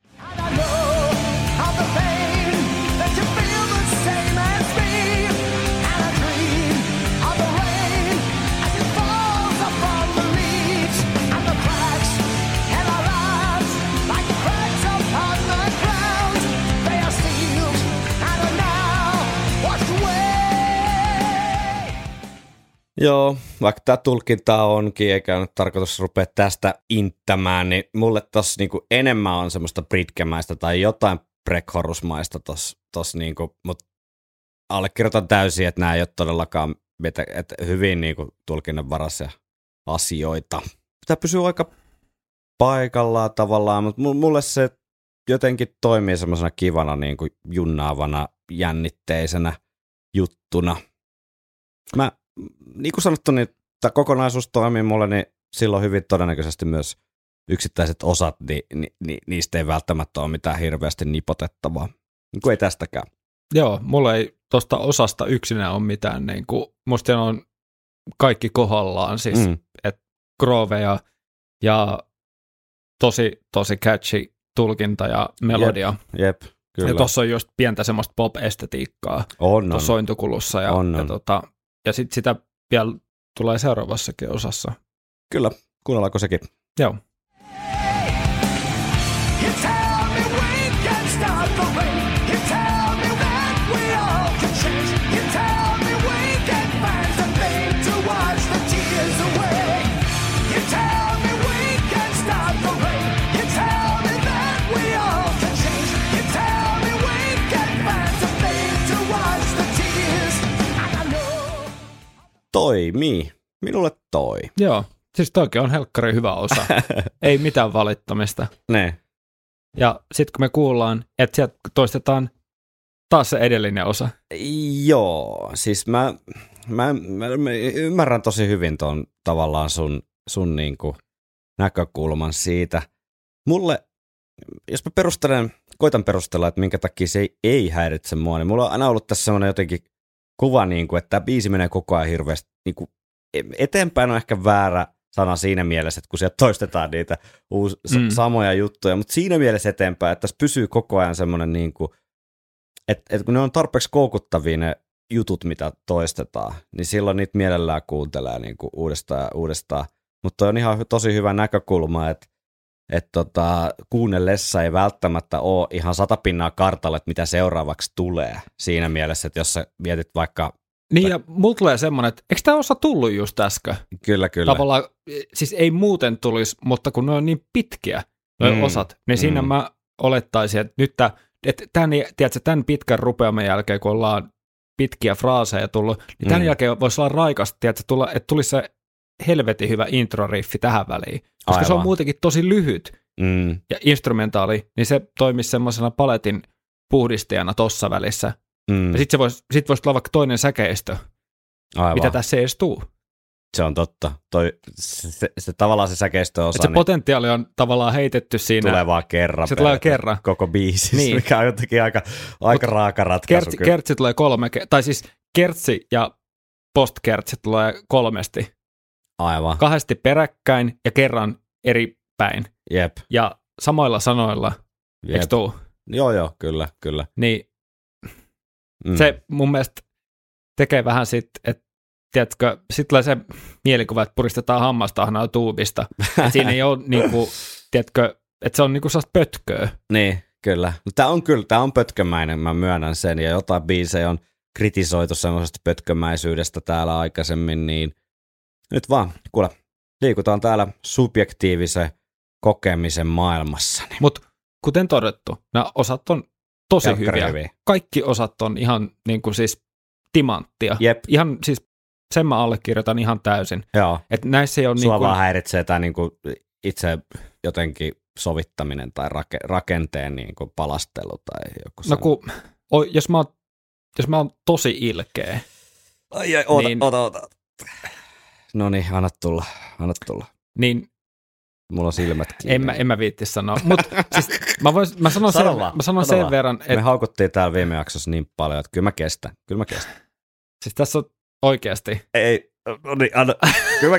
Joo, vaikka tämä tulkinta onkin, eikä nyt tarkoitus rupea tästä inttämään, niin mulle tossa niinku enemmän on semmoista britkemäistä tai jotain prekorusmaista tossa niinku, mutta allekirjoitan täysin, että nämä ei ole todellakaan että hyvin niinku tulkinnanvaraisia asioita. Tämä pysyy aika paikallaan tavallaan, mutta mulle se jotenkin toimii semmoisena kivana niinku junnaavana, jännitteisenä juttuna. Niin kuin sanottu, niin tämä kokonaisuus toimii mulle, niin silloin hyvin todennäköisesti myös yksittäiset osat, niin niistä ei välttämättä ole mitään hirveästi nipotettavaa. Niin kuin ei tästäkään. Joo, mulla ei tuosta osasta yksinään ole mitään, niin kuin, musta on kaikki kohdallaan, siis että grooveja ja tosi catchy tulkinta ja melodia. Jep, kyllä. Ja tuossa on just pientä semmoista pop-estetiikkaa tuossa sointukulussa. Ja sitten sitä vielä tulee seuraavassakin osassa. Kyllä, kuunnellaanko sekin? Joo. Toimii. Minulle toi. Joo, siis toikin on helkkari hyvä osa. Ei mitään valittamista. Ne. Ja sitten kun me kuullaan, että sieltä toistetaan taas se edellinen osa. Joo, siis mä ymmärrän tosi hyvin ton tavallaan sun niinku näkökulman siitä. Mulle, jos mä koitan perustella, että minkä takia se ei häiritse mua, niin mulla on aina ollut tässä semmoinen jotenkin kuva, niin kuin, että tämä biisi menee koko ajan hirveästi niin kuin, eteenpäin on ehkä väärä sana siinä mielessä, että kun sieltä toistetaan niitä samoja juttuja, mutta siinä mielessä eteenpäin, että tässä pysyy koko ajan semmoinen, niin kuin, että kun ne on tarpeeksi koukuttavia ne jutut, mitä toistetaan, niin silloin niitä mielellään kuuntelee niin kuin uudestaan ja uudestaan. Mutta on ihan tosi hyvä näkökulma, että kuunnellessa ei välttämättä ole ihan 100% kartalle, että mitä seuraavaksi tulee siinä mielessä, että jos sä mietit vaikka... Niin ja mulla tulee semmoinen, että eikö tämä osa tullut just äsken? Kyllä. Tavallaan, siis ei muuten tulisi, mutta kun ne on niin pitkiä, ne osat, niin siinä mä olettaisin, että nyt tämän pitkän rupeaman jälkeen, kun ollaan pitkiä fraaseja tullut, niin tämän jälkeen voisi olla raikasta, että tulisi se helvetin hyvä intro-riffi tähän väliin. Koska aivan. Se on muutenkin tosi lyhyt ja instrumentaali, niin se toimisi semmoisena paletin puhdistajana tossa välissä. Ja sitten voisi tulla vaikka toinen säkeistö, aivan. Mitä tässä ei edes tule. Se on totta. Se tavallaan se säkeistöosa. Se potentiaali on tavallaan heitetty siinä. Tulee vaan kerran. Se tulee kerran. Koko biisissä, niin. Mikä on jotenkin aika raaka ratkaisu. Kertsi tulee tai siis kertsi ja postkertsi tulee 3. Aivan. 2 peräkkäin ja kerran eri päin. Jep. Ja samoilla sanoilla, eikö tuu? Joo, kyllä. Niin se mun mielestä tekee vähän sitten, että tiedätkö, sitten tulee se mielikuva, että puristetaan hammastahnaa tuubista. Että siinä ei ole niinku, tiedätkö, että se on niinku sellaista pötköä. Niin, kyllä. Tämä on pötkömäinen, mä myönnän sen, ja jotain biisejä on kritisoitu semmoisesta pötkömäisyydestä täällä aikaisemmin, niin nyt vaan, kuule, liikutaan täällä subjektiivisen kokemisen maailmassa. Niin. Mutta kuten todettu, nämä osat on tosi hyviä. Kaikki osat on ihan niin kuin siis timanttia. Jep. Ihan siis sen mä allekirjoitan ihan täysin. Joo. Että näissä ei ole sua vaan häiritsee tämä niin kuin itse jotenkin sovittaminen tai rakenteen niin kuin palastelu tai joku sellainen. No jos mä oon tosi ilkeä. Oota. No niin, anna tulla. Niin, mulla on silmät kiinni. En mä viitti sanoa, mutta siis mä sanon sen verran, että... Me haukuttiin täällä viime jaksossa niin paljon, että kyllä mä kestän. Siis tässä on oikeasti... Ei, no niin, anna, kyllä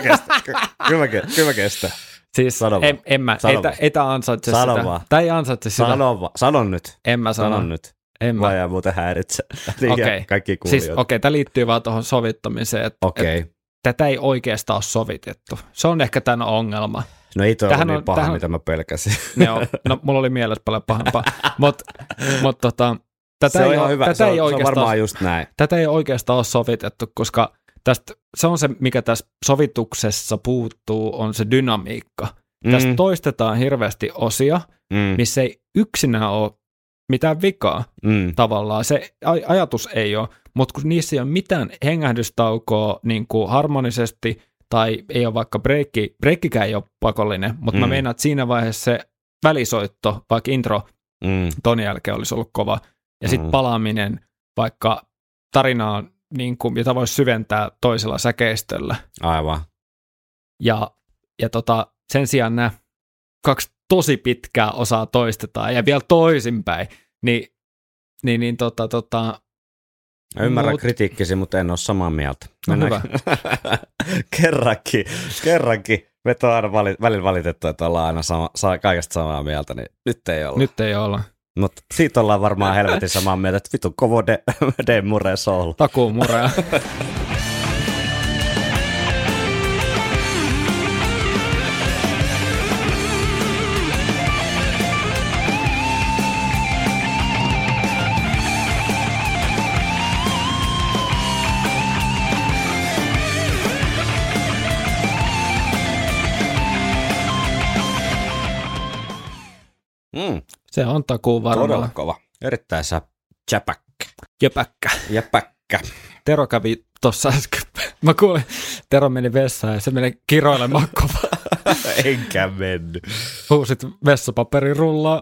mä kestän. Siis ei tää ansaitse sano sitä. Vaan. Tää ei ansaitse sitä. Sano nyt. En mä sano. Nyt. Vai jää muuten häiritse. Kaikki kuulijoita. Siis tää liittyy vaan tuohon sovittamiseen, että tätä ei oikeastaan ole sovitettu. Se on ehkä tämän ongelma. No ei toi ole niin paha, mitä mä pelkäsin. No mulla oli mielessä paljon pahempaa. Mutta se on ihan hyvä, se on varmaan just näin. Tätä ei oikeastaan ole sovitettu, koska se on se, mikä tässä sovituksessa puuttuu, on se dynamiikka. Tästä toistetaan hirveästi osia, missä ei yksinään ole mitään vikaa tavallaan. Se ajatus ei ole, mutta kun niissä ei ole mitään hengähdystaukoa niin kuin harmonisesti, tai ei ole vaikka breikkikään ei ole pakollinen, mutta mä meinaan, että siinä vaiheessa se välisoitto, vaikka intro ton jälkeen olisi ollut kova, ja sitten palaaminen vaikka tarinaan, niin kuin, jota voisi syventää toisella säkeistöllä. Aivan. Ja sen sijaan nämä kaksi tosi pitkää osaa toistetaan ja vielä toisinpäin, niin ymmärrän kritiikkisi, mutta en ole samaa mieltä. No hyvä. kerrankin. Me on aina välillä valitettu, että ollaan aina kaikesta samaa mieltä, niin nyt ei olla. Nyt ei olla. Mutta siitä ollaan varmaan helvetin samaa mieltä, että vitun kovo de mure soul. Takuu murea. Se on takuu varmaan. Todella kova. Erittäin jäpäkkä. Tero kävi tossa äsken. Mä kuulin, Tero meni vessaan ja se meni kiroilemaan kovaa. Enkä mennyt. Huusit vessapaperin-rullaa.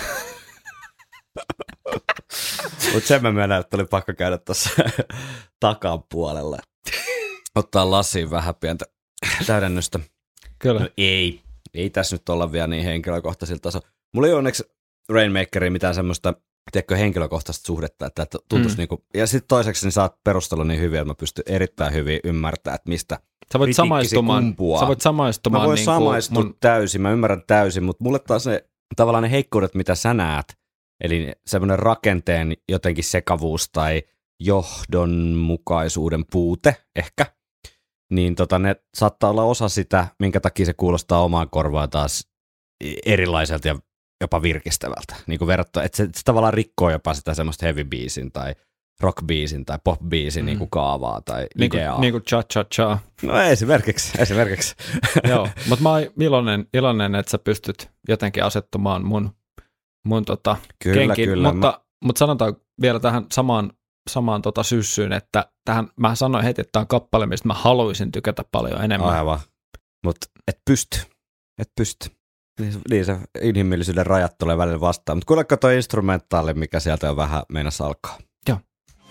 Mutta sen mä myönnän, että oli pakko käydä tuossa takapuolella. Ottaa lasiin vähän pientä täydennystä. Kyllä. No, ei tässä nyt olla vielä niin henkilökohtaisilla tasolla. Mulla ei onneksi Rainmakeriin mitään semmoista, tiedätkö, henkilökohtaista suhdetta, että tuntuisi niinku, ja sitten toiseksi niin saat perustella niin hyvin, että mä pystyn erittäin hyvin ymmärtämään, että mistä sä voit samaistumaan. Mä voin samaistua täysin, mä ymmärrän täysin, mutta mulle taas tavallaan ne heikkoudet, mitä sä näet, eli semmoinen rakenteen jotenkin sekavuus tai johdonmukaisuuden puute ehkä, niin ne saattaa olla osa sitä, minkä takia se kuulostaa omaan korvaan taas erilaiselta ja jopa virkistävältä, niin kuin verrattuna, että se tavallaan rikkoo jopa sitä semmoista heavy-biisin tai rock-biisin tai pop-biisin niin kuin kaavaa tai ideaa. Niin kuin cha-cha-cha. No esimerkiksi. Joo, mutta mä oon iloinen, että sä pystyt jotenkin asettumaan mun kenkiin. Kyllä. Mutta sanotaan vielä tähän samaan syssyyn, että tähän mä sanoin heti, että tämä on kappale, mistä mä haluaisin tykätä paljon enemmän. Aivan, mutta et pysty. Niin se inhimillisyyden rajat tulee välillä vastaan, mutta kuuletko toi instrumentaali, mikä sieltä on vähän meinassa alkaa? Joo.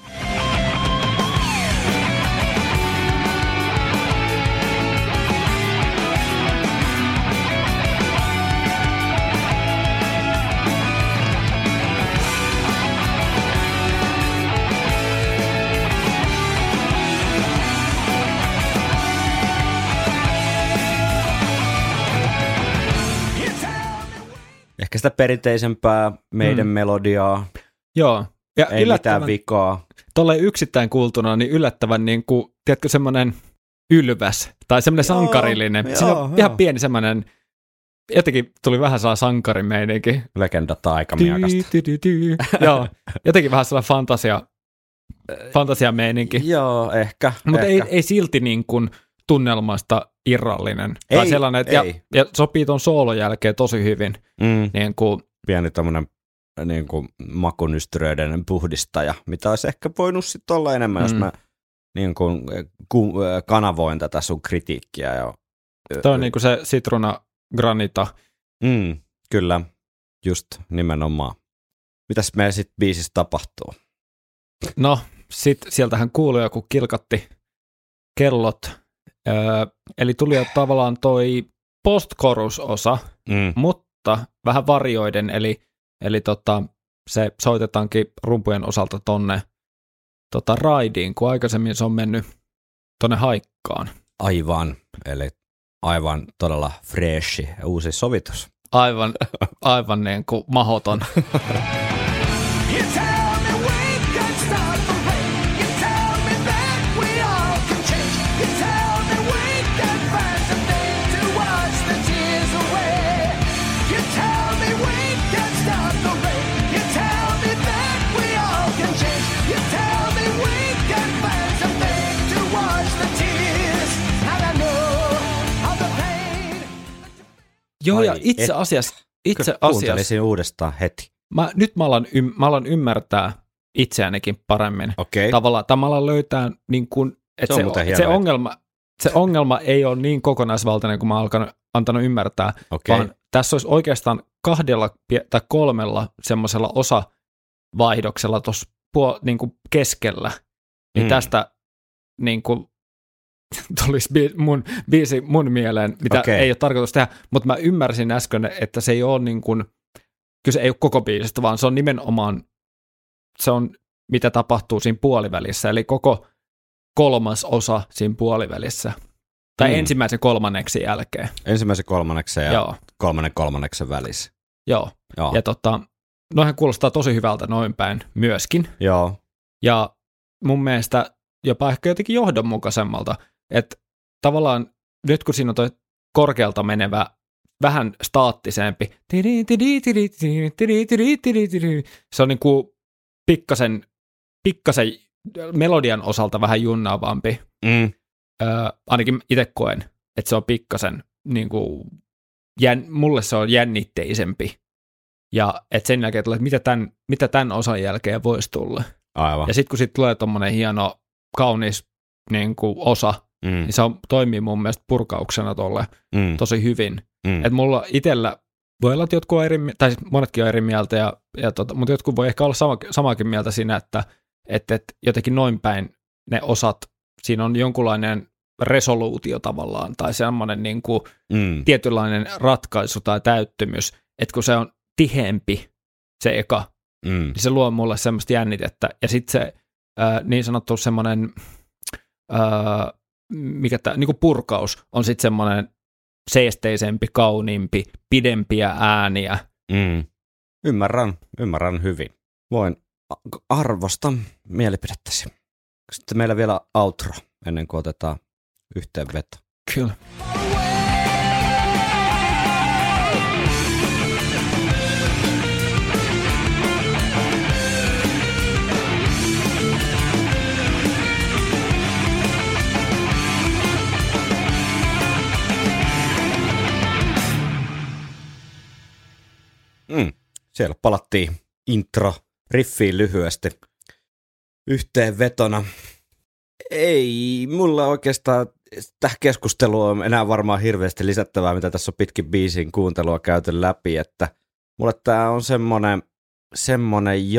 Ehkä sitä perinteisempää meidän melodiaa. Joo. Ja ei mitään vikaa. Tolleen yksittäin kuultuna niin yllättävän, niin kuin, tiedätkö, semmoinen ylväs tai semmoinen sankarillinen. Siinä on ihan pieni semmoinen, jotenkin tuli vähän sellainen sankarimeininki. Legenda taikamiakasta. Joo, jotenkin vähän sellainen fantasiameininki. Joo, ehkä. Mutta ei silti niin kuin tunnelmasta irrallinen. Ei, tai sellainen, ja sopii ton soolon jälkeen tosi hyvin. Niin kuin, pieni tämmöinen niin kuin makunystyröiden puhdistaja, mitä olisi ehkä voinut sitten olla enemmän, jos mä niin kuin kanavoin tätä sun kritiikkiä. Toi on niin kuin se Citruna Granita. Kyllä, just nimenomaan. Mitäs meidän sitten biisissä tapahtuu? No, sieltähän kuului joku kilkatti kellot. Eli tuli jo tavallaan toi post-chorus-osa, mutta vähän varjoiden, eli se soitetaankin rumpujen osalta tonne raidiin, kun aikaisemmin se on mennyt tonne haikkaan. Aivan, eli aivan todella freshi uusi sovitus. Aivan niin kuin mahoton. Joo, ja itse asiassa kuuntelisin uudestaan heti. Mä alan ymmärtää itseäänikin paremmin. Okay. Tavallaan löytää, niin kuin, että se ongelma ei ole niin kokonaisvaltainen kuin mä oon antanut ymmärtää, vaan tässä olisi oikeastaan 2 tai 3 semmoisella osavaihdoksella tuossa niin kuin keskellä. Niin tästä niin kuin tulisi biisi mun mieleen, mitä ei ole tarkoitus tehdä, mutta mä ymmärsin äsken, että se ei ole niin kuin, kyllä se ei ole koko biisistä, vaan se on nimenomaan, se on mitä tapahtuu siinä puolivälissä, eli koko kolmas osa siinä puolivälissä, tai ensimmäisen kolmanneksen jälkeen. Ensimmäisen kolmanneksen ja kolmanneksen välissä. Joo. Ja noihän kuulostaa tosi hyvältä noin päin myöskin. Joo. Ja mun mielestä jopa ehkä jotenkin johdonmukaisemmalta, että tavallaan nyt kun siinä on toi korkealta menevä, vähän staattisempi, se on niin kuin pikkasen melodian osalta vähän junnaavampi. Ainakin itse koen, että se on pikkasen, niin kuin, mulle se on jännitteisempi. Ja että sen jälkeen tulee, että mitä tämän osan jälkeen voisi tulla. Aivan. Ja sitten kun tulee tommonen hieno, kaunis niin kuin osa, niin se toimii mun mielestä purkauksena tolle tosi hyvin. Että mulla itsellä voi olla, että jotkut on tai monetkin on eri mieltä, mutta jotkut voi ehkä olla samaakin mieltä siinä, että jotenkin noin päin ne osat, siinä on jonkunlainen resoluutio tavallaan, tai semmoinen niin kuin tietynlainen ratkaisu tai täyttymys, että kun se on tiheempi se eka, niin se luo mulle semmoista jännitettä, ja sitten se niin sanottu semmoinen, niin kuin purkaus on sitten semmoinen seesteisempi, kauniimpi, pidempiä ääniä. Ymmärrän hyvin. Voin arvostaa mielipidettäsi. Sitten meillä vielä outro, ennen kuin otetaan yhteenveto. Kyllä. Siellä palattiin intro riffiin lyhyesti yhteenvetona. Ei mulla oikeastaan tähän keskusteluun on enää varmaan hirveästi lisättävää, mitä tässä on pitkin biisin kuuntelua käyty läpi, että mulle tää on semmonen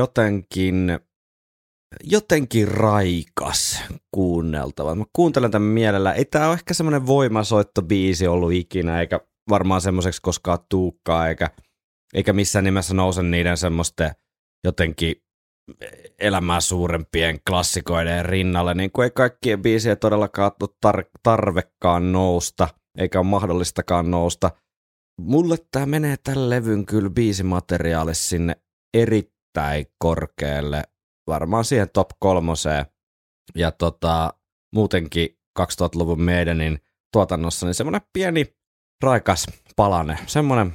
jotenkin raikas kuunneltava. Mä kuuntelen tämän mielellä. Ei tää ole ehkä semmonen voimasoittobiisi ollut ikinä, eikä varmaan semmoiseksi koskaan tuukkaa, eikä missään nimessä nouse niiden semmoisten jotenkin elämää suurempien klassikoiden rinnalle, niin kuin ei kaikkien biisejä todellakaan ole tarvekaan nousta, eikä ole mahdollistakaan nousta. Mulle tää menee tämän levyn kyllä biisimateriaalissa sinne erittäin korkealle, varmaan siihen top 3. Ja muutenkin 2000-luvun Maidenin tuotannossa, niin semmoinen pieni raikas palane, semmoinen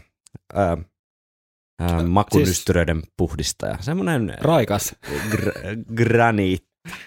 makunystyröiden puhdistaja. Semmoinen raikas graniitti.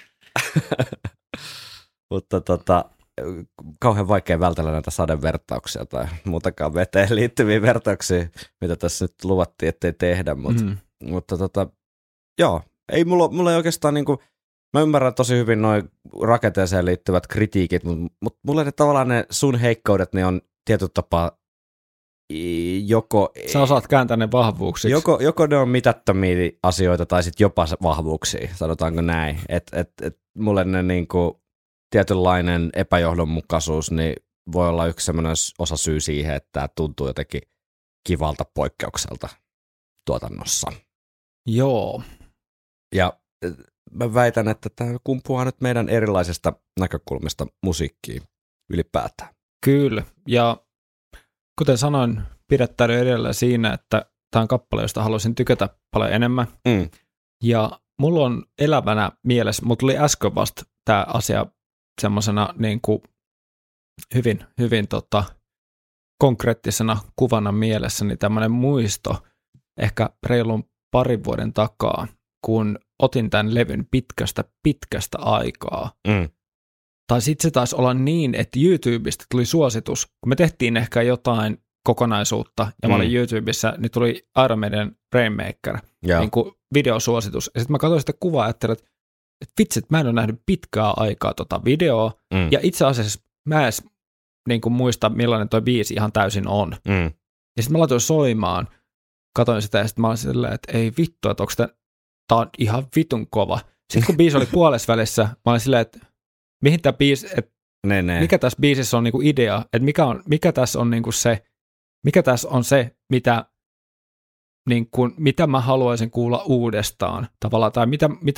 Mutta kauhean vaikea vältellä näitä sadevertauksia tai muutakaan veteen liittyviä vertauksia, mitä tässä nyt luvattiin, ettei tehdä. Mutta joo, ei mulla ei oikeastaan niinku, mä ymmärrän tosi hyvin noin rakenteeseen liittyvät kritiikit, mutta mulle ne tavallaan ne sun heikkoudet, ne on tietyllä tapaa joko... Sä osaat kääntää ne vahvuuksiksi. Joko ne on mitättömiä asioita tai sitten jopa vahvuuksia, sanotaanko näin. Mulle ne niinku tietynlainen epäjohdonmukaisuus niin voi olla yksi semmoinen osasyy siihen, että tämä tuntuu jotenkin kivalta poikkeukselta tuotannossa. Joo. Ja mä väitän, että tämä kumpuaa nyt meidän erilaisesta näkökulmista musiikkiin ylipäätään. Kyllä, ja kuten sanoin, pidättäydyn edelleen siinä, että tämä on kappale, josta haluaisin tykätä paljon enemmän. Ja mulla on elävänä mielessä, mulla tuli äsken vasta tämä asia semmoisena niin kuin hyvin konkreettisena kuvana mielessäni tämmöinen muisto ehkä reilun parin vuoden takaa, kun otin tämän levyn pitkästä aikaa. Tai sitten se taisi olla niin, että YouTubesta tuli suositus, kun me tehtiin ehkä jotain kokonaisuutta, ja mä olin YouTubessa, niin tuli Iron Maiden Rainmaker, niin kuin videosuositus. Ja sitten mä katsoin sitä kuvaa ja ajattelin, että vitsit, mä en ole nähnyt pitkää aikaa tota videoa, ja itse asiassa mä edes niin kuin muista, millainen toi biisi ihan täysin on. Ja sitten mä laitoin soimaan, katsoin sitä, ja sitten mä olin silleen, että ei vittu, että onko tää on ihan vitun kova. Sitten kun biisi oli puolessa välissä, mä olin silleen, että mihin tämä biisi, että mikä tässä biisissä on niinku idea, että mikä tässä on niinku se, mitä mä haluaisin kuulla uudestaan tavallaan, tai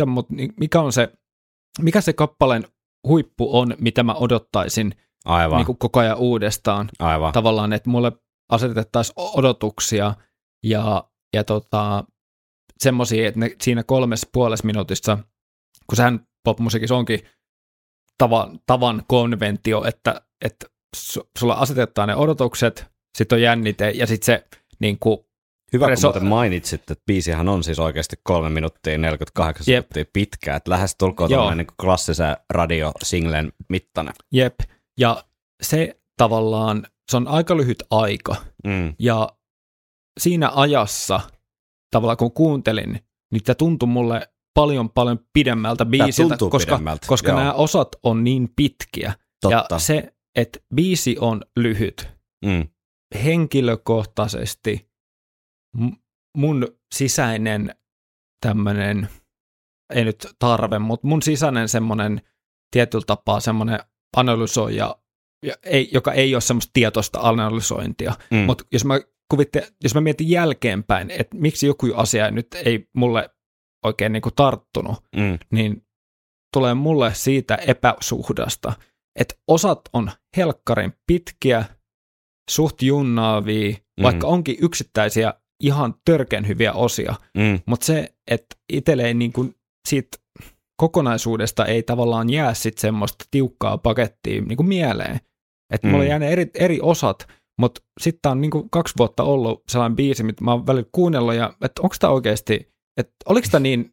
mikä se kappaleen huippu on, mitä mä odottaisin niinku koko ajan uudestaan. Aivan. Tavallaan, että mulle asetettaisiin odotuksia ja semmoisia, että siinä 3,5 minuutissa, kun sehän popmusiikissa onkin tavan konventio, että sulla asetetaan ne odotukset, sitten on jännite ja sitten se niinku hyvä, kun muuten mainitsit, että biisihän on siis oikeasti 3 minuuttia 48 sekuntia pitkä, että lähes tulkoon tämmöinen niin klassisen radiosinglen mittainen. Jep, ja se tavallaan, se on aika lyhyt aika, ja siinä ajassa tavallaan kun kuuntelin, niin tämä tuntui mulle paljon pidemmältä biisiltä, koska nämä osat on niin pitkiä. Totta. Ja se, että biisi on lyhyt, henkilökohtaisesti mun sisäinen tämmöinen, ei nyt tarve, mutta mun sisäinen semmoinen tietyllä tapaa semmoinen analysoija, joka ei ole semmoista tietoista analysointia, mutta jos mä mietin jälkeenpäin, että miksi joku asia nyt ei mulle oikein niin kuin tarttunut, niin tulee mulle siitä epäsuhdasta, että osat on helkkarin pitkiä, suht junnaavia, vaikka onkin yksittäisiä ihan törkeän hyviä osia, mutta se, että itselle ei niin kuin siitä kokonaisuudesta ei tavallaan jää sit semmoista tiukkaa pakettia niin kuin mieleen, että mulla jää ne eri osat, mutta sitten on niin kuin 2 vuotta ollut sellainen biisi, mitä mä oon välillä kuunnellut, ja että onko tämä oikeasti, että oliko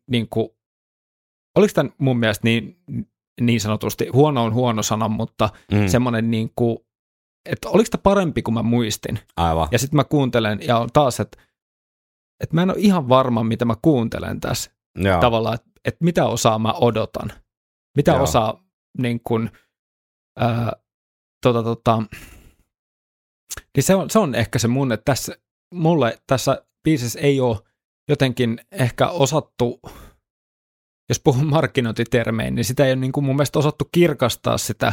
tämä mun mielestä niin sanotusti, huono on huono sana, mutta semmoinen niin kuin, että oliko tämä parempi kuin mä muistin. Aivan. Ja sitten mä kuuntelen, ja on taas, että mä en ole ihan varma, mitä mä kuuntelen tässä. Joo. Tavallaan, että mitä osaa mä odotan. Mitä osaa niin kuin, niin se on ehkä se mun, että mulle tässä biisissä ei ole jotenkin ehkä osattu, jos puhun markkinointitermein, niin sitä ei ole niin kuin mun mielestä osattu kirkastaa sitä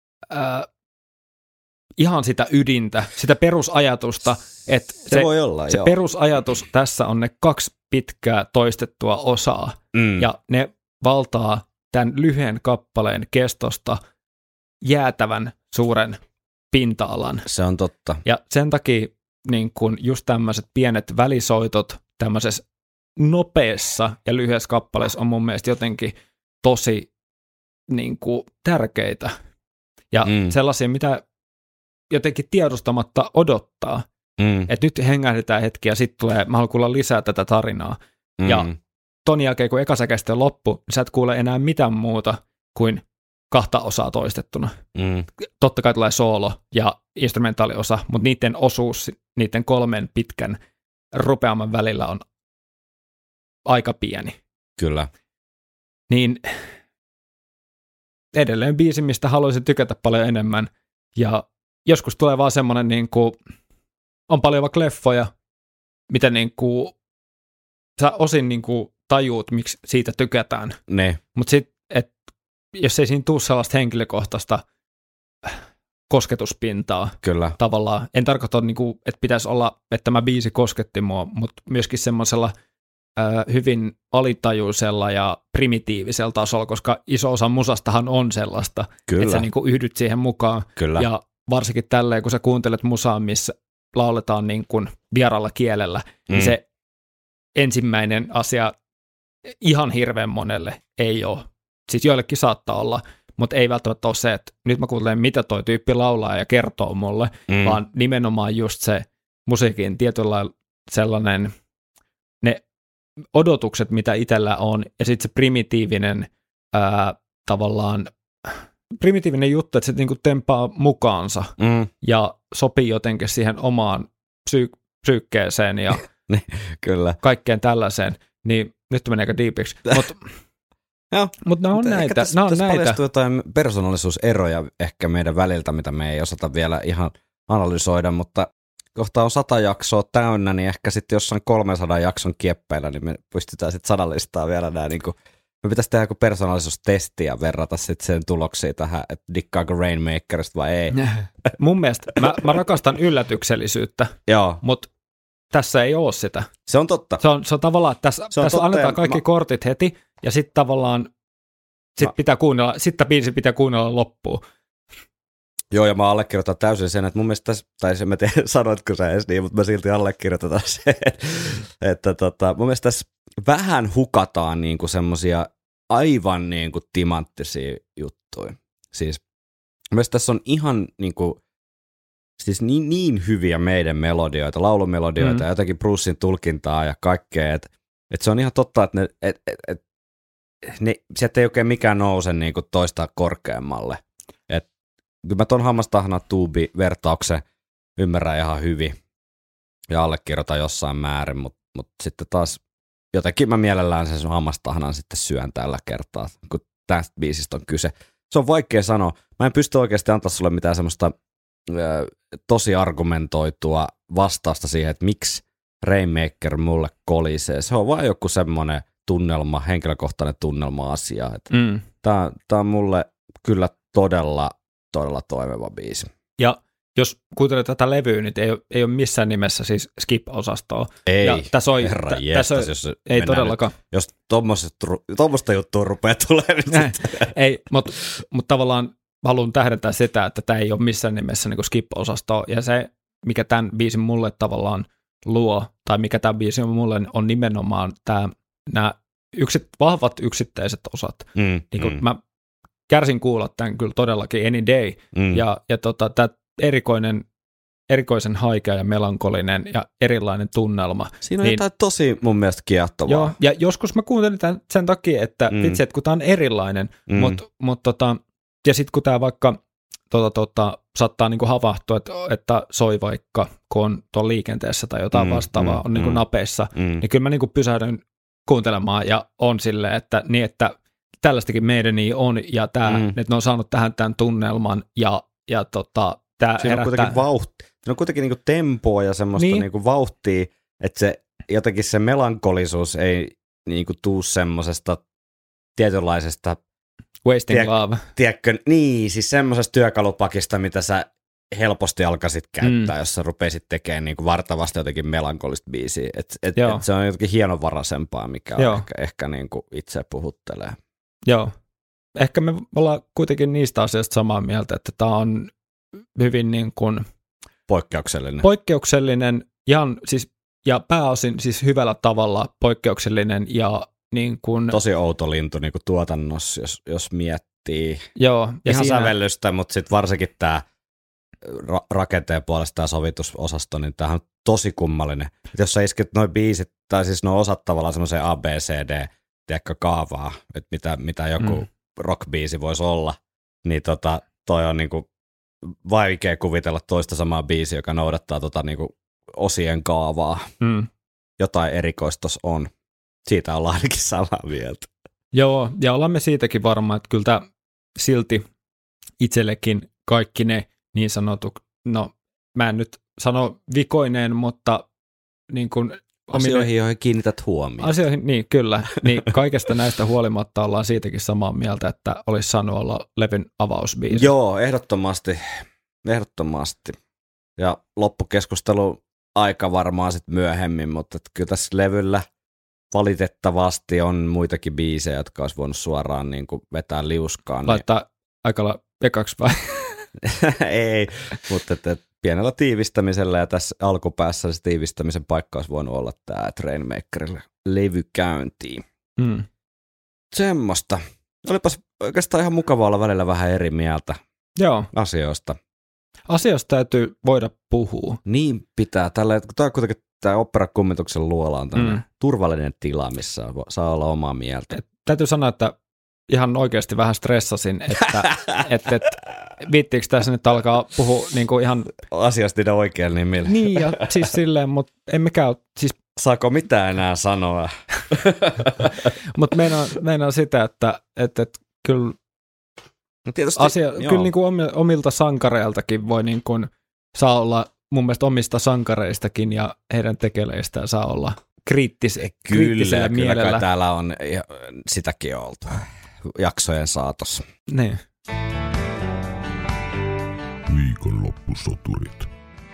ihan sitä ydintä, sitä perusajatusta, että se voi olla, se perusajatus tässä on ne 2 pitkää toistettua osaa, ja ne valtaa tämän lyhyen kappaleen kestosta jäätävän suuren pinta-alan. Se on totta. Ja sen takia niin kun just tämmöiset pienet välisoitot tämmöisessä nopeassa ja lyhyessä kappaleessa on mun mielestä jotenkin tosi niin kuin tärkeitä. Ja sellaisia, mitä jotenkin tiedostamatta odottaa. Että nyt hengähdetään hetki ja sitten tulee, mä haluan kuulla lisää tätä tarinaa. Ja ton jälkeen, kun eka säkeistö on loppu, niin sä et kuule enää mitään muuta kuin 2 osaa toistettuna. Totta kai tulee soolo ja instrumentaaliosa, mutta niiden osuus, niiden 3 pitkän rupeaman välillä on aika pieni. Kyllä. Niin edelleen biisi, mistä haluaisin tykätä paljon enemmän. Ja joskus tulee vaan semmoinen, niin kuin, on paljon vaikka leffoja, mitä niin kuin, sä osin niin kuin tajuut, miksi siitä tykätään. Mutta sitten, jos ei siinä tule sellaista henkilökohtaista kosketuspintaa, kyllä. Tavallaan, en tarkoita, niin kuin, että pitäisi olla, että tämä biisi kosketti mua, mutta myöskin semmoisella hyvin alitajuisella ja primitiivisella tasolla, koska iso osa musastahan on sellaista, kyllä. Että sä niin kuin yhdyt siihen mukaan. Kyllä. Ja varsinkin tälleen, kun sä kuuntelet musaa, missä lauletaan niin kuin vieraalla kielellä, niin se ensimmäinen asia ihan hirveän monelle ei ole. Siis joillekin saattaa olla, mutta ei välttämättä ole se, että nyt mä kuuntelen, mitä toi tyyppi laulaa ja kertoo mulle, vaan nimenomaan just se musiikin tietyllä sellainen, ne odotukset, mitä itsellä on, ja sitten se primitiivinen tavallaan, primitiivinen juttu, että se niinku tempaa mukaansa ja sopii jotenkin siihen omaan psyykkeeseen ja kyllä. kaikkeen tällaiseen, niin nyt menee aika diipiksi, mutta nämä on näitä. Tässä paljastuu jotain persoonallisuuseroja ehkä meidän väliltä, mitä me ei osata vielä ihan analysoida, mutta kohta on 100 jaksoa täynnä, niin ehkä sitten jossain 300 jakson kieppeillä, niin me pystytään sitten sanallistaa vielä nämä niinku Me pitäisi tehdä joku persoonallisuustesti ja verrata sitten sen tuloksia tähän, että dikkaako Rainmakerista vai ei. Mun mielestä mä rakastan yllätyksellisyyttä, mutta tässä ei ole sitä. Se on totta. Se on tavallaan, että tässä annetaan kaikki kortit heti, ja sitten tavallaan biisi pitää kuunnella loppuun. Joo, ja mä allekirjoitan täysin sen, että mun mielestä tässä, tai se mä sanoitko sä edes niin, mutta mä silti allekirjoitan sen, että mun mielestä tässä vähän hukataan niinku semmosia aivan niinku timanttisia juttuja. Siis mun mielestä tässä on ihan niinku, siis niin hyviä meidän melodioita, laulumelodioita ja jotakin Brucein tulkintaa ja kaikkea, että se on ihan totta, että sieltä ei oikein mikään nouse niinku toista korkeammalle. Kyllä mä ton hammastahna tuubi-vertauksen ymmärrän ihan hyvin ja allekirjoitan jossain määrin, mutta sitten taas jotenkin mä mielellään sen hammastahnan sitten syön tällä kertaa, kun tästä biisistä on kyse. Se on vaikea sanoa. Mä en pysty oikeasti antaa sulle mitään semmoista tosi argumentoitua vastausta siihen, että miksi Rainmaker mulle kolisee. Se on vaan joku semmoinen tunnelma, henkilökohtainen tunnelma-asia. Tää on mulle kyllä todella toimiva biisi. Ja jos kuuntelee tätä levyä, niin ei ole missään nimessä siis skip-osastoa. Ei, ja herra jestas, jos ei todellakaan. Nyt, jos tuommoista juttua rupeaa tulemaan. Ei, mutta tavallaan haluan tähdentää sitä, että tämä ei ole missään nimessä niin kuin skip-osastoa. Ja se, mikä tämän biisin mulle tavallaan luo, tai mikä tämän biisin mulle on nimenomaan nämä vahvat yksittäiset osat. Mä kärsin kuulla tämän kyllä todellakin any day, ja tämä erikoisen haikea ja melankolinen ja erilainen tunnelma. Siinä on jotain tosi mun mielestä kiehtovaa. Joo, ja joskus mä kuuntelin tämän sen takia, että vitsi, että kun tämä on erilainen, ja sitten kun tämä vaikka saattaa niinku havahtua, että soi vaikka, kun on tuolla liikenteessä tai jotain vastaavaa, on niinku napeissa, niin kyllä mä niinku pysähdyn kuuntelemaan ja on silleen, että tällaistakin meidän on, ja että ne on saanut tähän tämän tunnelman, ja tämä herättää. Siinä on kuitenkin niinku tempoa ja semmoista niinku vauhtia, että se jotenkin se melankolisuus ei niinku tuu semmosesta tietynlaisesta wasting love. Tiedätkö, siis semmoisesta työkalupakista, mitä sä helposti alkaisit käyttää, jos sä rupeisit tekemään niinku vartavasti jotenkin melankolista biisiä. Et se on jotenkin hienovaraisempaa, mikä ehkä niinku itse puhuttelee. Joo. Ehkä me ollaan kuitenkin niistä asioista samaa mieltä, että tämä on hyvin niin kuin poikkeuksellinen ja pääosin siis hyvällä tavalla poikkeuksellinen ja niin kuin tosi outo lintu niin kuin tuotannossa, jos miettii. Joo, ja ihan sävellystä, mutta sitten varsinkin tämä rakenteen puolesta tämä sovitusosasto, niin tämähän on tosi kummallinen. Et jos sä isket noi biisit, tai siis nuo osat tavallaan semmoiseen ABCD, tiedätkö, kaavaa, että mitä joku rockbiisi voisi olla, niin toi on niinku vaikea kuvitella toista samaa biisiä, joka noudattaa niinku osien kaavaa. Jotain erikoista on. Siitä ollaan ainakin samaa mieltä. Joo, ja olemme siitäkin varma, että kyllä tämä silti itsellekin kaikki ne niin sanotut, mä en nyt sano vikoineen, mutta niin kuin asioihin, joihin kiinnität huomioon. Asioihin, niin kyllä. Niin kaikesta näistä huolimatta ollaan siitäkin samaa mieltä, että olisi saanut olla levyn avausbiisi. Joo, ehdottomasti. Ja loppukeskustelu aika varmaan sitten myöhemmin, mutta kyllä tässä levyllä valitettavasti on muitakin biisejä, jotka olisi voinut suoraan niin kuin vetää liuskaan. Laittaa aikalla ekaksi vai? Ei, mutta pienellä tiivistämisellä ja tässä alkupäässä se tiivistämisen paikka olisi voinut olla tämä Rainmakerille levykäyntiin. Semmoista. Olipas oikeastaan ihan mukava olla välillä vähän eri mieltä asioista. Asioista täytyy voida puhua. Niin pitää. Tämä on kuitenkin tämä operakummituksen luola on tämmöinen turvallinen tila, missä saa olla omaa mieltä. Täytyy sanoa, että ihan oikeasti vähän stressasin, että viittiinkö tässä nyt alkaa puhua niin kuin ihan asiasti oikein nimillä. Niin, ja siis silleen, mutta emme käy. Siis saako mitään enää sanoa? Mutta meinaan sitä, että kyllä no tietysti, kyllä niin kuin omilta sankareiltakin voi niin kuin, saa olla mun mielestä omista sankareistakin ja heidän tekeleistään saa olla kriittisellä mielellä. Kyllä täällä on sitäkin oltu jaksojen saatossa. Niin. Viikonloppusoturit.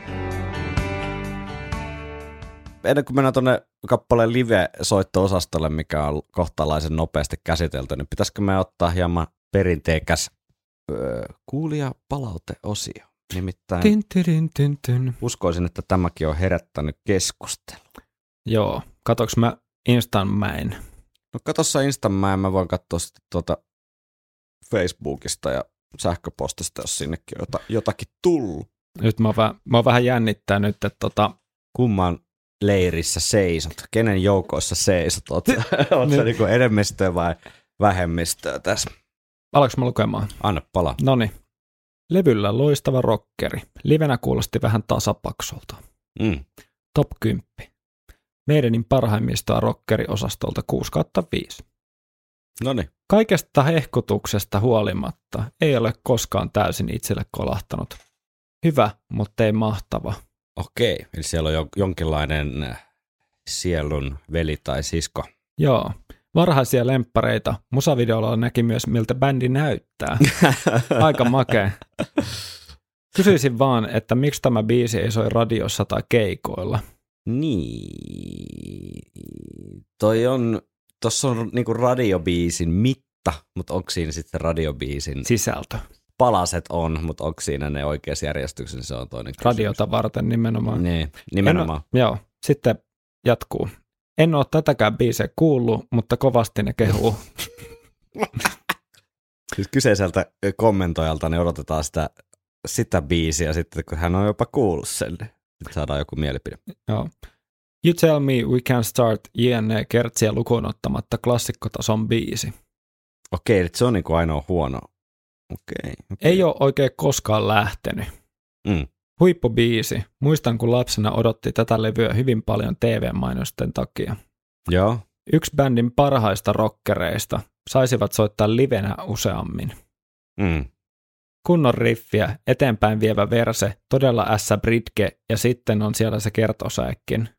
Ennen kuin mennään tuonne kappaleen live-soitto-osastolle, mikä on kohtalaisen nopeasti käsitelty, niin pitäisikö me ottaa hieman perinteikäs kuulijapalauteosio? Nimittäin uskoisin, että tämäkin on herättänyt keskustelua. Joo, katsoinko mä Instanmäen? No katsossa Instanmäen, mä voin katsoa sitten Facebookista ja sähköpostista, jos sinnekin on jotakin tullut. Nyt mä oon vähän jännittää nyt, että kumman leirissä seisot? Kenen joukoissa seisot? Oot sä niinku enemmistöä vai vähemmistöä tässä? Alanko mä lukemaan? Anna palaa. Noniin. Levyllä loistava rockeri. Livenä kuulosti vähän tasapaksulta. Top 10. Meidänin parhaimmistoa rockeriosastolta 6/5. Noniin. Kaikesta hehkutuksesta huolimatta ei ole koskaan täysin itselle kolahtanut. Hyvä, mutta ei mahtava. Okei, eli siellä on jonkinlainen sielun veli tai sisko. Joo, varhaisia lemppareita. Musavideolla näki myös, miltä bändi näyttää. Aika makea. Kysyisin vaan, että miksi tämä biisi ei soi radiossa tai keikoilla? Niin, tuossa on niinku radiobiisin mitta, mutta onko siinä sitten radiobiisin sisältö? Palaset on, mutta onko siinä ne oikeassa järjestyksessä, se on toinen kysymys. Radiota varten nimenomaan. Niin, nimenomaan. Joo, sitten jatkuu. En ole tätäkään biisiä kuullut, mutta kovasti ne kehuu. Siis kyseiseltä kommentoijalta ne odotetaan sitä biisiä sitten, kun hän on jopa kuullut sen. Sitten saadaan joku mielipide. Joo. You Tell Me We Can Start JNE kertsiä lukuun ottamatta klassikkotason biisi. Okei, se on niin kuin ainoa huono. Okay. Ei ole oikein koskaan lähtenyt. Huippubiisi. Muistan, kun lapsena odotti tätä levyä hyvin paljon TV-mainosten takia. Joo. Yksi bändin parhaista rockereista. Saisivat soittaa livenä useammin. Kunnon riffiä, eteenpäin vievä verse, todella ässä britke ja sitten on siellä se kertosäekkin.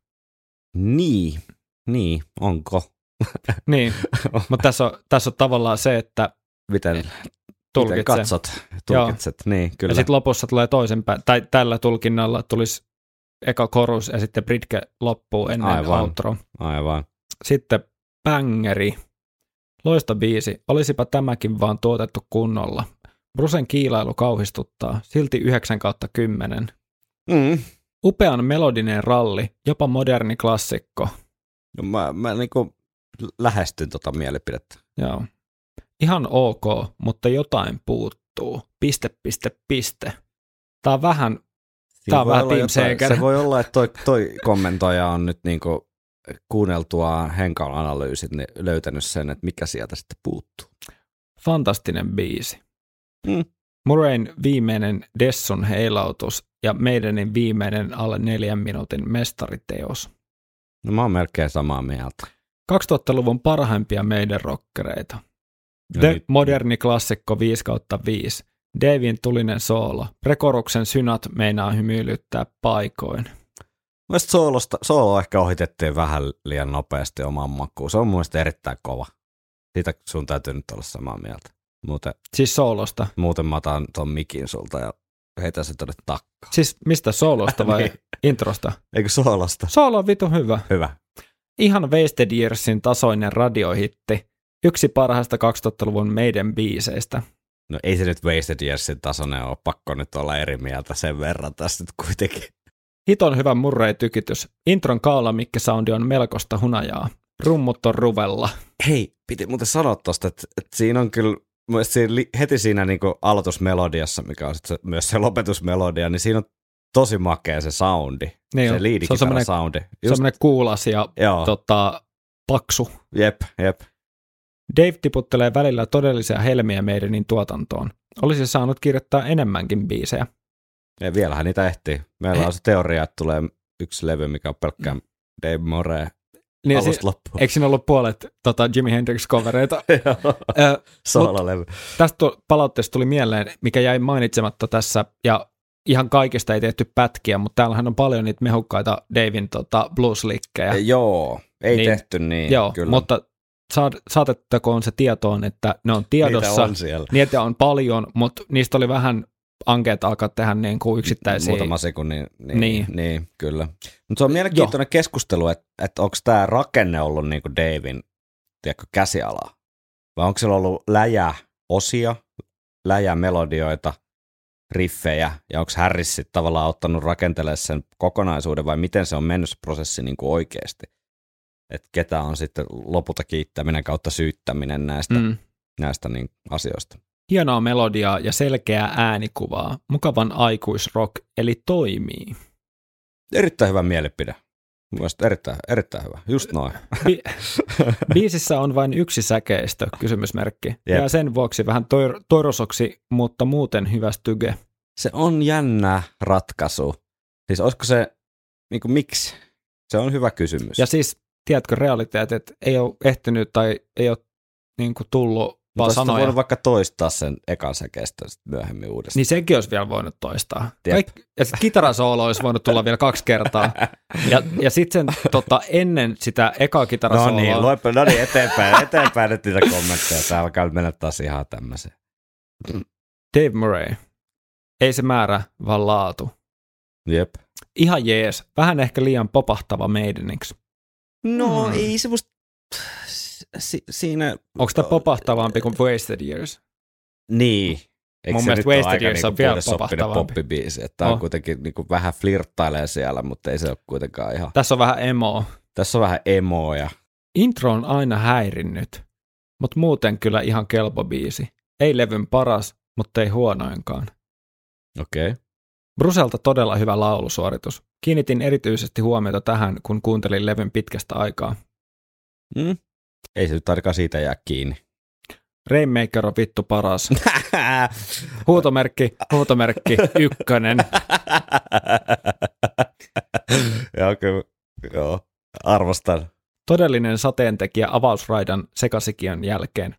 Niin, onko? Niin, mutta tässä on tavallaan se, että miten tulkitset, niin kyllä. Ja sitten lopussa tulee toisenpäin, tai tällä tulkinnalla tulisi eka korus ja sitten britke loppuu ennen outro. Aivan. Sitten bangeri. Loista biisi. Olisipa tämäkin vaan tuotettu kunnolla. Brucen kiilailu kauhistuttaa. Silti 9/10. Upean melodinen ralli. Jopa moderni klassikko. No mä niinku lähestyn tota mielipidettä. Joo. Ihan ok, mutta jotain puuttuu. ... Tää on vähän Team Seeger. Se voi olla, että toi kommentoija on nyt niinku kuunneltua Henkan analyysit niin löytänyt sen, että mikä sieltä sitten puuttuu. Fantastinen biisi. Murrayn viimeinen Dessun heilautus ja meidänin viimeinen alle 4 minuutin mestariteos. No mä oon melkein samaa mieltä. 2000-luvun parhaimpia meidän rockereita. The moderni klassikko 5/5. Davin tulinen soolo. Prekoruksen synat meinaa hymyilyttää paikoin. Mielestäni soolo ehkä ohitettiin vähän liian nopeasti omaan makuun. Se on mun mielestä erittäin kova. Siitä sun täytyy nyt olla samaa mieltä. Siis soolosta? Muuten mä otan ton mikin sulta ja heitän sen tonne takkaan. Siis mistä, soolosta vai niin. Introsta? Eikö soolosta? Soolo on vitu hyvä. Hyvä. Ihan Wasted Yearsin tasoinen radiohitti. Yksi parhaista 2000-luvun meidän biiseistä. No ei se nyt Wasted Yearsin tasoinen ole. Pakko nyt olla eri mieltä sen verran tässä nyt kuitenkin. Hiton hyvä Murray-tykitys. Intron kaulamikki-soundi on melkoista hunajaa. Rummut on ruvella. Hei, piti muuten sanoa tosta, että siinä on kyllä heti siinä niinku aloitusmelodiassa, mikä on sitten myös se lopetusmelodia, niin siinä on tosi makea se soundi. Niin se liidikitara-soundi. Se on semmoinen kuulas ja paksu. Jep. Dave tiputtelee välillä todellisia helmiä meidänin tuotantoon. Olisi saanut kirjoittaa enemmänkin biisejä. Ja vielähän niitä ehtii. Meillä on se teoria, että tulee yksi levy, mikä on pelkkää Dave Murray niin alusta loppuun. Eikö siinä ollut puolet Jimi Hendrix-covereita? Soololevy. Tästä palautteesta tuli mieleen, mikä jäi mainitsematta tässä, ja ihan kaikista ei tehty pätkiä, mutta täällähän on paljon niitä mehukkaita Davin blues-likkejä. Joo, ei niin, tehty niin. Joo, kyllä. mutta saatettakoon se tietoon, että ne on tiedossa. Niitä on paljon, mutta niistä oli vähän ankeet alkaa tehdä niin kuin yksittäisiä. Muutama sekunnin, niin kyllä. Mutta se on mielenkiintoinen keskustelu, että onko tämä rakenne ollut niin kuin Davin käsialaa, vai onko siellä ollut läjäosia, läjämelodioita, riffejä, ja onko Harris sitten tavallaan ottanut rakentelemaan sen kokonaisuuden, vai miten se on mennyt se prosessi niin kuin oikeasti? Että ketä on sitten lopulta kiittäminen kautta syyttäminen näistä niin asioista. Hienoa melodiaa ja selkeää äänikuvaa, mukavan aikuisrock, eli toimii. Erittäin hyvä mielipide. Mielestäni erittäin hyvä, just noin. Biisissä on vain yksi säkeistö, kysymysmerkki, Jep. ja sen vuoksi vähän toirosoksi, mutta muuten hyvä styge. Se on jännä ratkaisu. Siis olisiko se, niin kuin miksi? Se on hyvä kysymys. Ja siis, tiedätkö, realiteetit ei ole ehtinyt tai ei ole niin kuin tullut vaan sanoja. Voinut vaikka toistaa sen ekan säkeistön myöhemmin uudestaan. Niin sekin olisi vielä voinut toistaa. Ja sitten kitarasoolo olisi voinut tulla vielä 2 kertaa. Ja sitten sen ennen sitä ekaa kitarasooloa. No niin, eteenpäin nyt niitä kommentteja. Tää alkaa mennä taas ihan tämmöiseen. Dave Murray. Ei se määrä, vaan laatu. Jep. Ihan jees. Vähän ehkä liian popahtava Maideniksi. No ei se musta siinä. Onko tämä popahtavampi kuin Wasted Years? Niin. Mun mielestä Wasted Years on vielä popahtavampi. Poppibiisi, että tämä on kuitenkin niin kuin vähän flirttailee siellä, mutta ei se ole kuitenkaan ihan. Tässä on vähän emoa. Tässä on vähän emoa. Intro on aina häirinnyt, mutta muuten kyllä ihan kelpo biisi. Ei levyn paras, mutta ei huonoinkaan. Okei. Bruselta todella hyvä laulusuoritus. Kiinnitin erityisesti huomiota tähän, kun kuuntelin levyn pitkästä aikaa. Ei se nyt ainakaan siitä jää kiinni. Rainmaker on vittu paras. Huutomerkki, 1. Joo, arvostan. Todellinen sateentekijä avausraidan sekasikion jälkeen.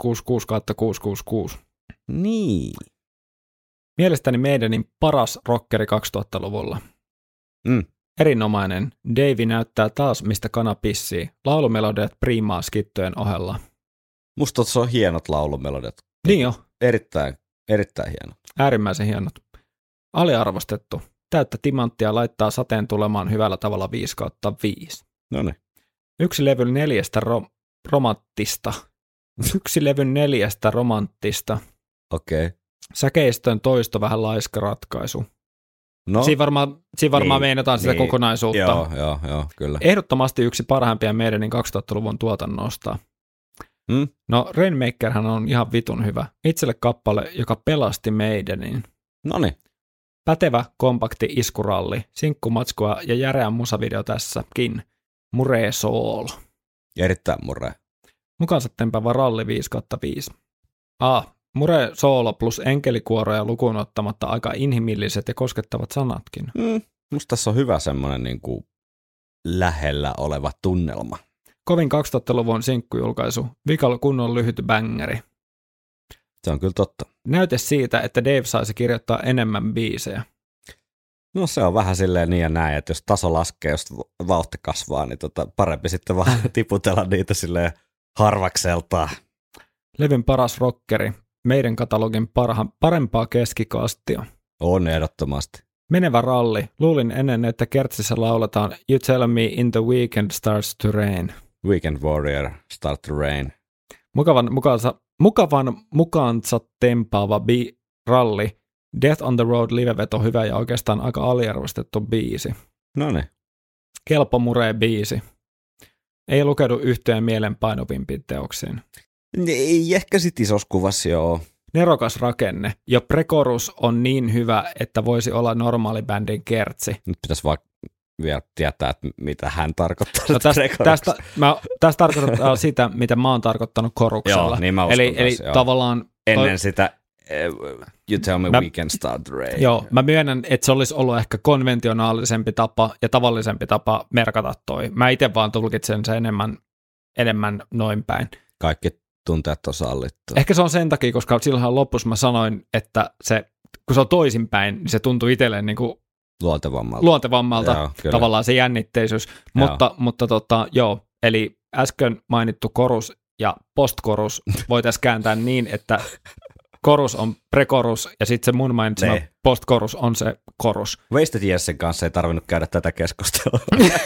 666/666. Niin. Mielestäni Maidenin paras rockeri 2000-luvulla. Erinomainen. Davey näyttää taas, mistä kana pissii. Laulumelodiat priimaa skittojen ohella. Musta se on hienot laulumelodiat. Niin jo. Erittäin hienot. Äärimmäisen hienot. Aliarvostettu. Täyttä timanttia laittaa sateen tulemaan hyvällä tavalla 5/5. Noniin. Yksi levyn 4 romanttista. Yksi levyn 4 romanttista. Okei. Säkeistön toisto vähän laiska ratkaisu. No, siinä varmaan meinataan sitä kokonaisuutta. Joo, kyllä. Ehdottomasti yksi parhaimpia Maidenin 2000-luvun tuotannosta. No, Rainmakerhän on ihan vitun hyvä. Itselle kappale, joka pelasti Maidenin. Noniin. Pätevä, kompakti iskuralli, sinkkumatskua ja järeä musavideo tässäkin. Murray Soul. Erittäin Murray. Mukaansa tempäävä ralli 5/5. Murray Soul plus enkelikuoroja lukuun ottamatta aika inhimilliset ja koskettavat sanatkin. Musta tässä on hyvä semmoinen niin kuin lähellä oleva tunnelma. Kovin 2000-luvun sinkkujulkaisu. Vikal kunnon lyhyt bängeri. Se on kyllä totta. Näyte siitä, että Dave saisi kirjoittaa enemmän biisejä. No se on vähän silleen niin ja näin, että jos taso laskee, jos vauhti kasvaa, niin parempi sitten vaan tiputella niitä silleen harvakseltaan. Levyn paras rockeri. Meidän katalogin parempaa keskikastia. On ehdottomasti. Menevä ralli. Luulin ennen, että kertsissä lauletaan You tell me in the weekend starts to rain. Weekend warrior, start to rain. Mukavan mukaansa tempaava ralli. Death on the Road liveveto hyvä ja oikeastaan aika aliarvostettu biisi. Noniin. Kelpo Murray biisi. Ei lukeudu yhteen mielenpainuvimpiin teoksiin. Ei ehkä sit isossa kuvassa, joo. Nerokas rakenne. Jo prekorus on niin hyvä, että voisi olla normaali bändin kertsi. Nyt pitäisi vaan vielä tietää, että mitä hän tarkoittaa. No tästä tarkoittaa sitä, mitä mä oon tarkoittanut koruksella. Joo, niin mä uskon eli tavallaan ennen sitä You tell me we can start rain. Joo, mä myönnän, että se olisi ollut ehkä konventionaalisempi tapa ja tavallisempi tapa merkata toi. Mä itse vaan tulkitsen sen enemmän noin päin. Kaikki tunteet on sallittu. Ehkä se on sen takia, koska silloinhan lopussa mä sanoin, että kun se on toisinpäin, niin se tuntuu itselleen niin kuin luontevammalta joo, tavallaan se jännitteisyys. Joo, eli äsken mainittu chorus ja post-chorus voitaisiin kääntää niin, että chorus on pre-chorus ja sitten se mun mainitsema post-chorus on se chorus. Wasted Yearsin kanssa ei tarvinnut käydä tätä keskustelua.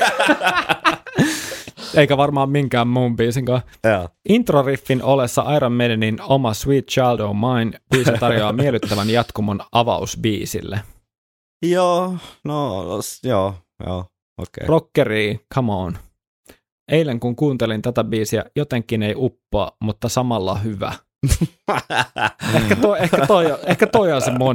Eikä varmaan minkään muun biisinkaan. Intro-riffin ollessa Iron Maidenin oma Sweet Child O' Mine biisi tarjoaa miellyttävän jatkumon avausbiisille. Joo, okei. Rockeri, come on. Eilen kun kuuntelin tätä biisiä, jotenkin ei uppoa, mutta samalla hyvä. ehkä toi on se mun.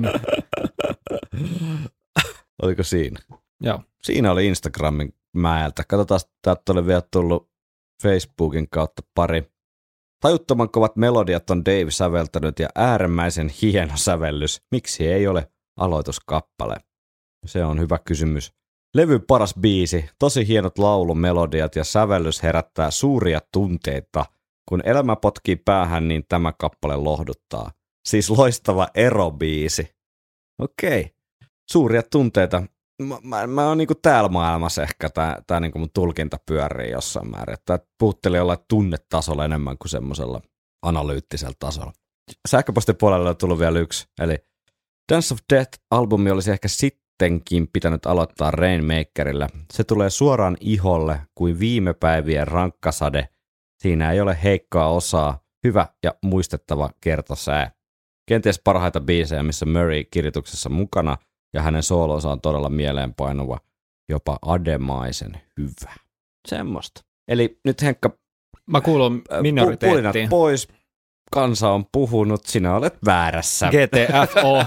Oliko siinä? Joo. Siinä oli Instagramin mäeltä. Katsotaan, täältä oli vielä tullut Facebookin kautta pari. Tajuttoman kovat melodiat on Dave säveltänyt ja äärimmäisen hieno sävellys. Miksi ei ole aloituskappale? Se on hyvä kysymys. Levyn paras biisi, tosi hienot laulumelodiat ja sävellys herättää suuria tunteita. Kun elämä potkii päähän, niin tämä kappale lohduttaa. Siis loistava erobiisi. Okei. Suuria tunteita. Mä oon niinku täällä maailmassa ehkä, tää niinku mun tulkinta pyörii jossain määrin. Tää puhutteli jollain tunnetasolla enemmän kuin semmoisella analyyttisellä tasolla. Sähköpostipuolella on tullut vielä yksi, eli Dance of Death-albumi olisi ehkä sittenkin pitänyt aloittaa Rainmakerillä. Se tulee suoraan iholle kuin viime päivien rankkasade. Siinä ei ole heikkoa osaa, hyvä ja muistettava kertosää. Kenties parhaita biisejä, missä Murray kirjoituksessa mukana, ja hänen soolonsa on todella mieleenpainuva, jopa ademaisen hyvä. Semmosta. Eli nyt Henkka, mä kuulun minoriteettiin. Pulinat pois, kansa on puhunut, sinä olet väärässä. GTFO.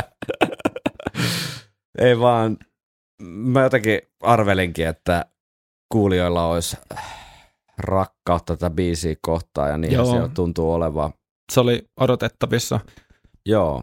Ei vaan, mä jotenkin arvelinkin, että kuulijoilla olisi rakkautta tätä biisiä kohtaan, ja niin se tuntuu olevan. Se oli odotettavissa. Joo.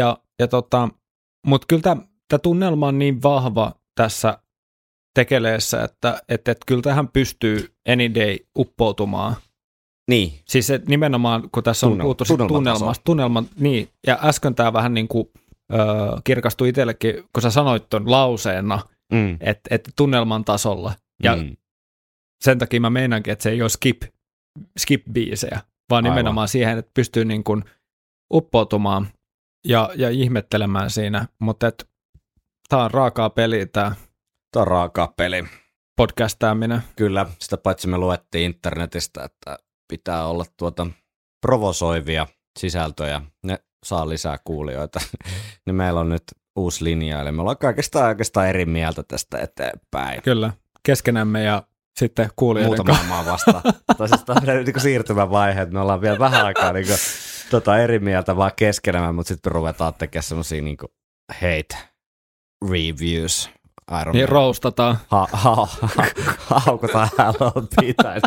Mutta kyllä tämä tunnelma on niin vahva tässä tekeleessä, että kyllä tähän pystyy any day uppoutumaan. Niin. Siis et nimenomaan, kun tässä on puhuttu tunnelman, niin, ja äsken tämä vähän niin kuin kirkastui itsellekin, kun sä sanoit ton lauseena, että tunnelman tasolla, ja sen takia mä meinankin, että se ei ole skip-biisejä, vaan nimenomaan siihen, että pystyy niin kuin uppoutumaan ja ihmettelemään siinä, mutta tämä on raakaa peliä tämä. Tämä on raakaa peli. Podcastaaminen. Kyllä, sitä paitsi me luettiin internetistä, että pitää olla provosoivia sisältöjä. Ne saa lisää kuulijoita. Niin meillä on nyt uusi linja, eli me ollaan oikeastaan eri mieltä tästä eteenpäin. Kyllä, keskenämme ja sitten kuulijoiden muuta maailmaa vastaan. Tämä on niin siirtymävaihe, että me ollaan vielä vähän aikaa niin eri mieltä vaan keskenään, mutta sitten ruvetaan tekemään semmosia niin hate reviews. Niin roustataan. Haukutaan pitää.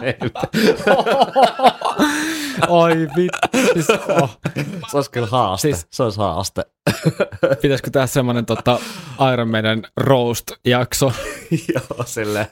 Oi vittu. Se olisi kyllä haaste. Siis, se olisi haaste. Pitäisikö tehdä semmoinen Iron Maiden roast-jakso? Joo, silleen.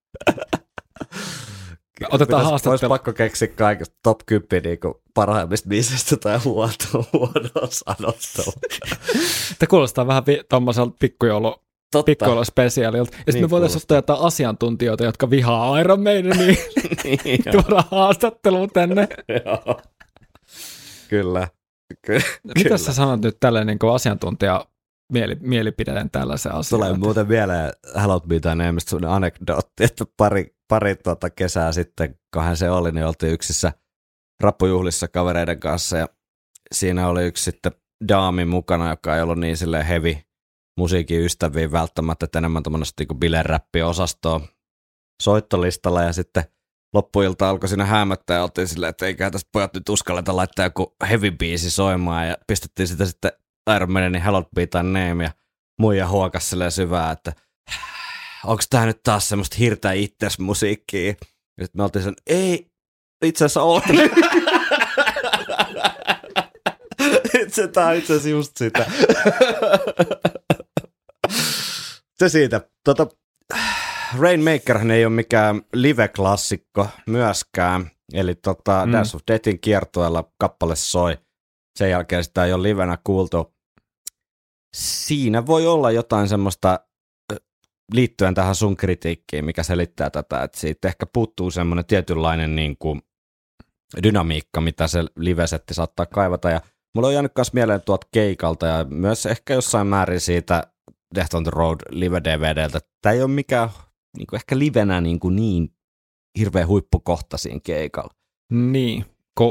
Otetaan haastattelu. Olisi pakko keksiä kaikista top 10 niinku parhaimmista biisistä tai huonoa sanottua. Tämä kuulostaa vähän tommoiselta pikkujouluspesiaalilta. Ja sitten me voitaisiin ottaa jotain asiantuntijoita, jotka vihaa Iron Maidenia, niin tuoda haastatteluun tänne. Joo. Kyllä. Mitä sä sanot nyt tälleen niin asiantuntija mielipideen tällaisen asian? Tulee muuten vielä Hallowed Be Thy Nameista sellainen anekdootti, että pari kesää sitten, kohan se oli, niin oltiin yksissä rappujuhlissa kavereiden kanssa ja siinä oli yksi sitten daami mukana, joka ei ollut niin silleen heavy musiikin ystäviä välttämättä, että enemmän tämmöistä niin bileräppi-osastoa soittolistalla ja sitten loppuilta alkoi siinä häämättä ja oltiin silleen, että eiköhän tästä pojat nyt uskalleta laittaa joku heavy-biisi soimaan ja pistettiin sitä sitten Iron Maidenin Hallowed Be Thy Name ja muija huokas silleen syvää, että onko tää nyt taas semmoista hirtää itses musiikkia? Ja sitten me oltiin sen, ei, itse asiassa on. Tää on itse asiassa just sitä. Se siitä. Rainmakerhän ei ole mikään live-klassikko myöskään. Eli Dance of Deathin kiertueella kappale soi. Sen jälkeen sitä ei ole livenä kuultu. Siinä voi olla jotain semmoista liittyen tähän sun kritiikkiin, mikä selittää tätä, että siitä ehkä puuttuu semmoinen tietynlainen niin kuin dynamiikka, mitä se live-setti saattaa kaivata. Ja mulla on jäänyt myös mieleen tuolta keikalta ja myös ehkä jossain määrin siitä Death on the Road live-DVDltä. Tämä ei ole mikään niin kuin ehkä livenä niin hirveän huippukohta siinä keikalla. Niin.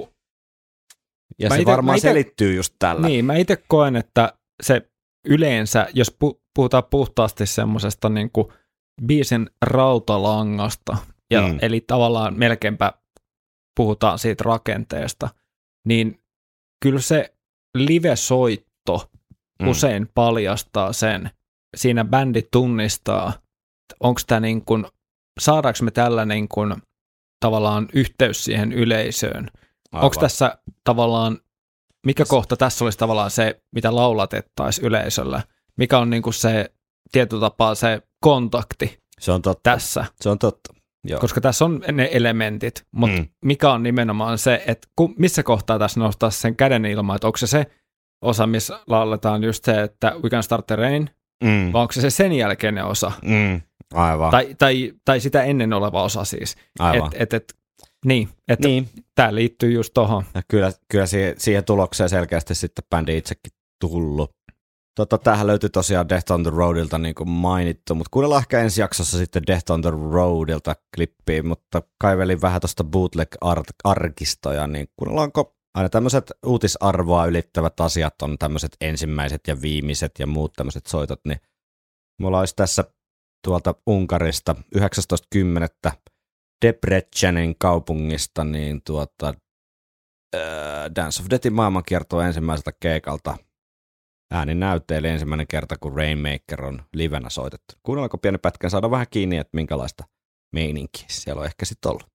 Ja se varmaan selittyy just tällä. Niin, mä itse koen, että se yleensä, jos puhutaan puhtaasti semmoisesta niin kuin biisin rautalangasta, eli tavallaan melkeinpä puhutaan siitä rakenteesta, niin kyllä se live-soitto usein paljastaa sen. Siinä bändi tunnistaa, onko tämä niin kuin, saadaanko me tällä niin kuin tavallaan yhteys siihen yleisöön. Onko tässä tavallaan, mikä kohta tässä olisi tavallaan se, mitä laulatettaisiin yleisöllä? Mikä on niin kuin se tietyllä tapaa se kontakti se on totta. tässä? Se on totta. Joo. Koska tässä on ne elementit, mutta mikä on nimenomaan se, että missä kohtaa tässä nostaa sen käden ilmaan, että onko se osa, missä lauletaan just se, että We Can Start the Rain, vai onko se sen jälkeinen osa? Aivan. Tai sitä ennen oleva osa siis. Aivan. Niin. Tämä liittyy just tohon. Ja kyllä siihen tulokseen selkeästi sitten bändi itsekin tullut. Tämähän löytyi tosiaan Death on the Roadilta niin kuin mainittu, mutta kuunnellaan ehkä ensi jaksossa sitten Death on the Roadilta klippiä, mutta kaivelin vähän tuosta bootleg-arkistoja, niin kuunnellaanko aina tämmöiset uutisarvoa ylittävät asiat on tämmöiset ensimmäiset ja viimeiset ja muut tämmöiset soitot, niin mulla olisi tässä tuolta Unkarista 19.10. Debrecenin kaupungista, niin Dance of Deathin maailmankiertoa ensimmäiseltä keikalta ääninäyte, eli ensimmäinen kerta, kun Rainmaker on livenä soitettu. Kuunnellaanko pieni pätkän, saada vähän kiinni, että minkälaista meininkiä siellä on ehkä sitten ollut.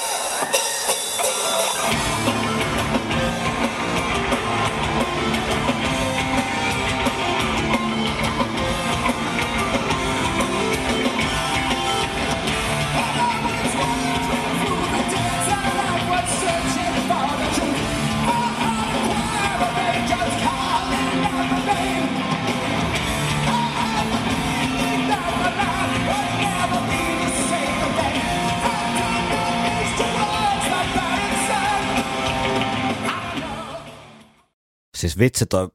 Siis vitsi, toi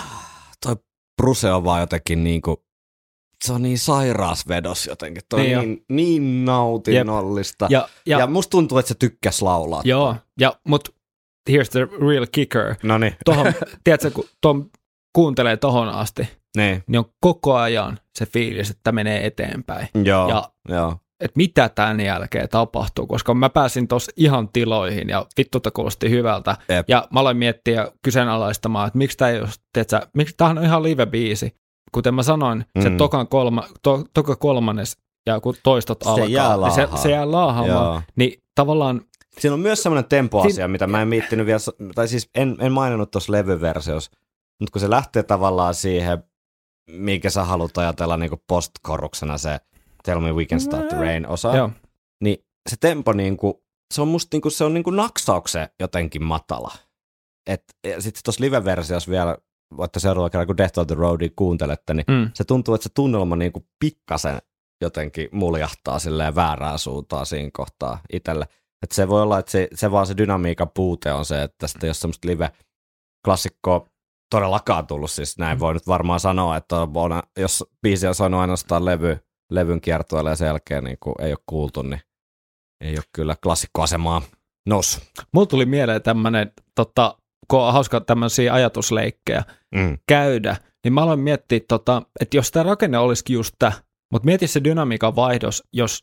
Bruce on vaan jotenkin niinku, se on niin sairaas vedos jotenkin, toi niin nautinnollista. Ja musta tuntuu, että se tykkäs laulaa. Joo, mutta here's the real kicker. Noniin. Tiedätkö, kun kuuntelee tohon asti, niin on koko ajan se fiilis, että menee eteenpäin. Joo. Että mitä tämän jälkeen tapahtuu, koska mä pääsin tuossa ihan tiloihin ja vittu kuulosti hyvältä. Jep. Ja mä aloin miettiä ja kyseenalaistamaan, että miksi tämä ei ole, miksi tämähän on ihan live-biisi. Kuten mä sanoin, se toka kolmannes ja kun toistot alkaa, niin se jää laahaamaan. Niin tavallaan siinä on myös semmoinen tempoasia, mitä mä en miettinyt vielä, tai siis en maininnut tuossa levyversiossa, mutta kun se lähtee tavallaan siihen, minkä sä haluat ajatella niin kuin post-koruksena se Tell Me We Can Start the Rain -osa, niin se tempo niinku, se on musta niinku, se on niinku naksauksen jotenkin matala. Ja sitten tuossa live-versiossa vielä, voitte seuraavalla kerralla, kun Death on the Roadia kuuntelette, niin se tuntuu, että se tunnelma niinku pikkasen jotenkin muljahtaa silleen väärään suuntaan siinä kohtaa itselle. Että se voi olla, että se vaan se dynamiikan puute on se, että tästä ei ole semmoista live-klassikkoa todellakaan tullut, siis näin voi nyt varmaan sanoa, että jos biisi on saanut ainoastaan levyn kiertueelle ja sen jälkeen niin kun ei ole kuultu, niin ei ole kyllä klassikkoasemaa noussut. Mulla tuli mieleen tämmöinen, kun on hauska tämmöisiä ajatusleikkejä käydä, niin mä aloin miettiä, että jos tämä rakenne olisikin just tämä, mutta mieti se dynamiikan vaihdos,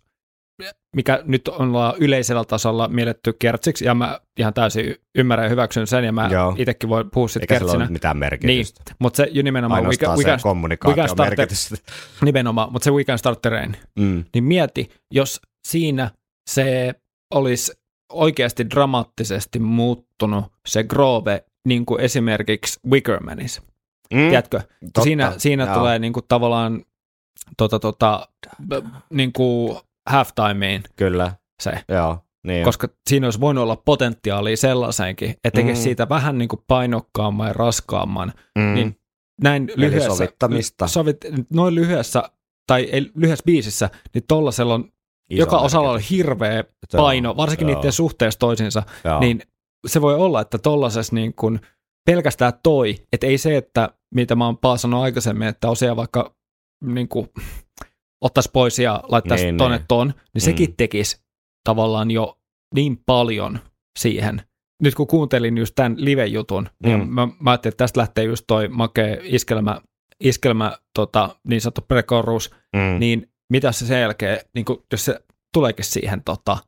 mikä nyt on yleisellä tasolla mielletty kertsiksi, ja mä ihan täysin ymmärrän ja hyväksyn sen, ja mä itsekin voin puhua sitten kertsinä. Eikä sillä ole mitään merkitystä. Niin, mutta se nimenomaan ainoastaan se kommunikaation merkitys. Nimenomaan, mutta se We Can Start the Rain. Niin mieti, jos siinä se olisi oikeasti dramaattisesti muuttunut se groove, niin kuin esimerkiksi Wickermanissa. Tiedätkö? Siinä tulee niin kuin tavallaan niin kuin halftimeen. Kyllä. Se. Joo. koska siinä olisi voinut olla potentiaalia sellaisenkin, että tekisi siitä vähän niin kuin painokkaamman ja raskaamman, niin näin lyhyessä, noin lyhyessä, tai ei lyhyessä biisissä, niin tollasella on, joka osalla on hirveä paino, varsinkin niiden suhteessa toisiinsa, niin se voi olla, että tollasessa niin kuin pelkästään että ei se, että mitä mä oon paasannut aikaisemmin, että osia vaikka niin kuin ottaisi pois ja laittaisi ton, niin sekin tekisi tavallaan jo niin paljon siihen. Nyt kun kuuntelin just tämän live-jutun, niin mä ajattelin, että tästä lähtee just toi makea iskelmä niin sanottu pre-chorus, niin mitä se sen jälkeen, niin kun, jos se tuleekin siihen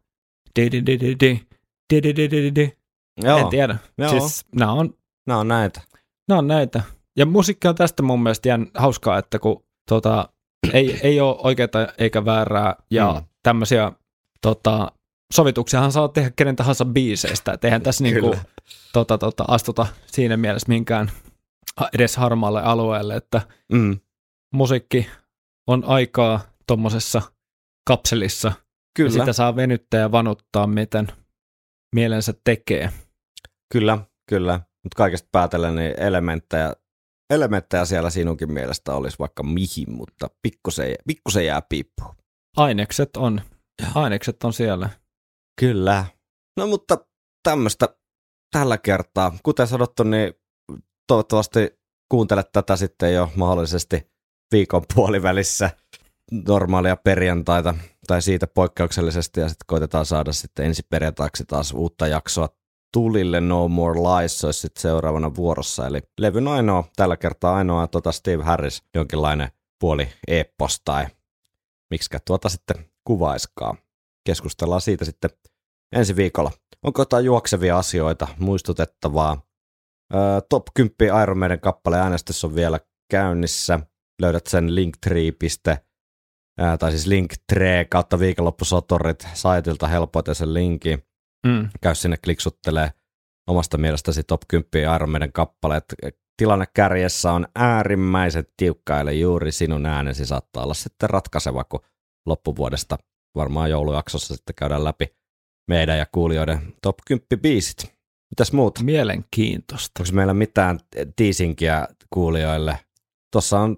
en tiedä. Siis nämä on näitä. Ja musiikki on tästä mun mielestä hauskaa, että kun ei ole oikeaa eikä väärää, ja tämmöisiä sovituksiahan saa tehdä kenen tahansa biiseistä, et eihän tässä niinku, astuta siinä mielessä minkään edes harmaalle alueelle, että musiikki on aikaa tuommoisessa kapselissa, ja sitä saa venyttää ja vanuttaa, miten mielensä tekee. Kyllä, mutta kaikesta päätellen niin elementtejä siellä sinunkin mielestä olisi vaikka mihin, mutta pikkusen jää piippuun. Ainekset on siellä. Kyllä. No mutta tämmöistä tällä kertaa. Kuten sanottu, niin toivottavasti kuuntelet tätä sitten jo mahdollisesti viikon puolivälissä normaalia perjantaita tai siitä poikkeuksellisesti, ja sitten koitetaan saada sitten ensi perjantaiksi taas uutta jaksoa tulille. No More Lies olisi sitten seuraavana vuorossa, eli levyn tällä kertaa ainoa Steve Harris, jonkinlainen puoli epos tai miksikä sitten kuvaiskaan. Keskustellaan siitä sitten ensi viikolla. Onko jotain juoksevia asioita, muistutettavaa? Top 10 Iron Maiden kappaleen äänestys on vielä käynnissä. Löydät sen linktree kautta viikonloppusoturit saitilta helpoiten sen linkin. Käy sinne kliksuttelee omasta mielestäsi top 10 Iron Maiden kappaleet. Tilanne kärjessä on äärimmäisen tiukka, eli juuri sinun äänesi saattaa olla sitten ratkaiseva, kun loppuvuodesta varmaan joulujaksossa sitten käydään läpi meidän ja kuulijoiden top 10 biisit. Mitäs muuta? Mielenkiintoista. Onko meillä mitään teasingiä kuulijoille? Tuossa on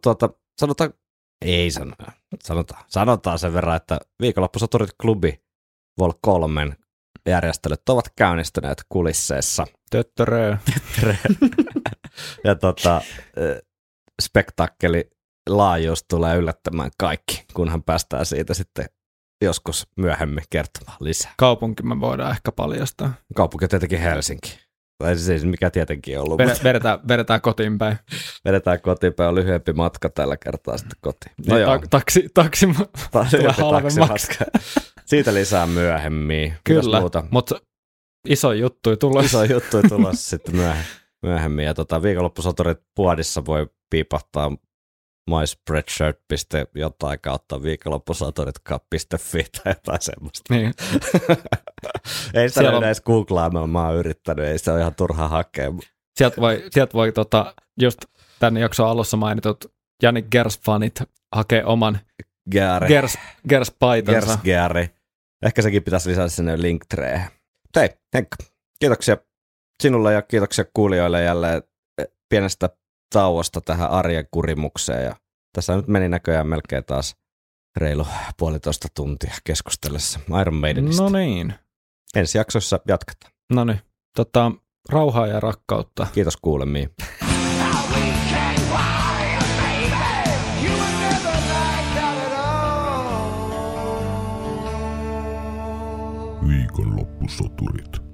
sanotaan sen verran, että viikonloppusoturit klubi Vol 3 järjestelyt ovat käynnistyneet kulisseissa. Töttörö. Ja spektaakkeli laajuus tulee yllättämään kaikki, kunhan päästään siitä sitten joskus myöhemmin kertomaan lisää. Kaupunki me voidaan ehkä paljastaa. Kaupunki on tietenkin Helsinki. Tai siis mikä tietenkin on ollut. Vedetään kotiin päin. Vedetään kotiin päin, on lyhyempi matka tällä kertaa sitten kotiin. No joo. Taksi tulee halvemmaksi. Siitä lisää myöhemmin. Kyllä, mutta iso juttu tulossa. Iso juttu tulossa sitten myöhemmin. Ja viikonloppusoturit Puodissa voi piipahtaa myspreadshirt.jotain kautta viikonloppusoturit.fi tai jotain semmoista. Niin. Ei sitä löydä edes googlaamalla, mä oon yrittänyt, ei se ole ihan turha hakea. Sieltä voi just tänne jakson alussa mainitut Jani Gers-fanit hakea oman Gers-paitansa. Gers-gääri. Ehkä sekin pitäisi lisätä sinne linktreen. Hei, Henkka, kiitoksia sinulle ja kiitoksia kuulijoille jälleen pienestä tauosta tähän arjen kurimukseen. Ja tässä nyt meni näköjään melkein taas reilu 1,5 tuntia keskustellessa Iron Maidenista. No niin. Ensi jaksossa jatketaan. No niin. Rauhaa ja rakkautta. Kiitos kuulemiin. Viikonloppusoturit.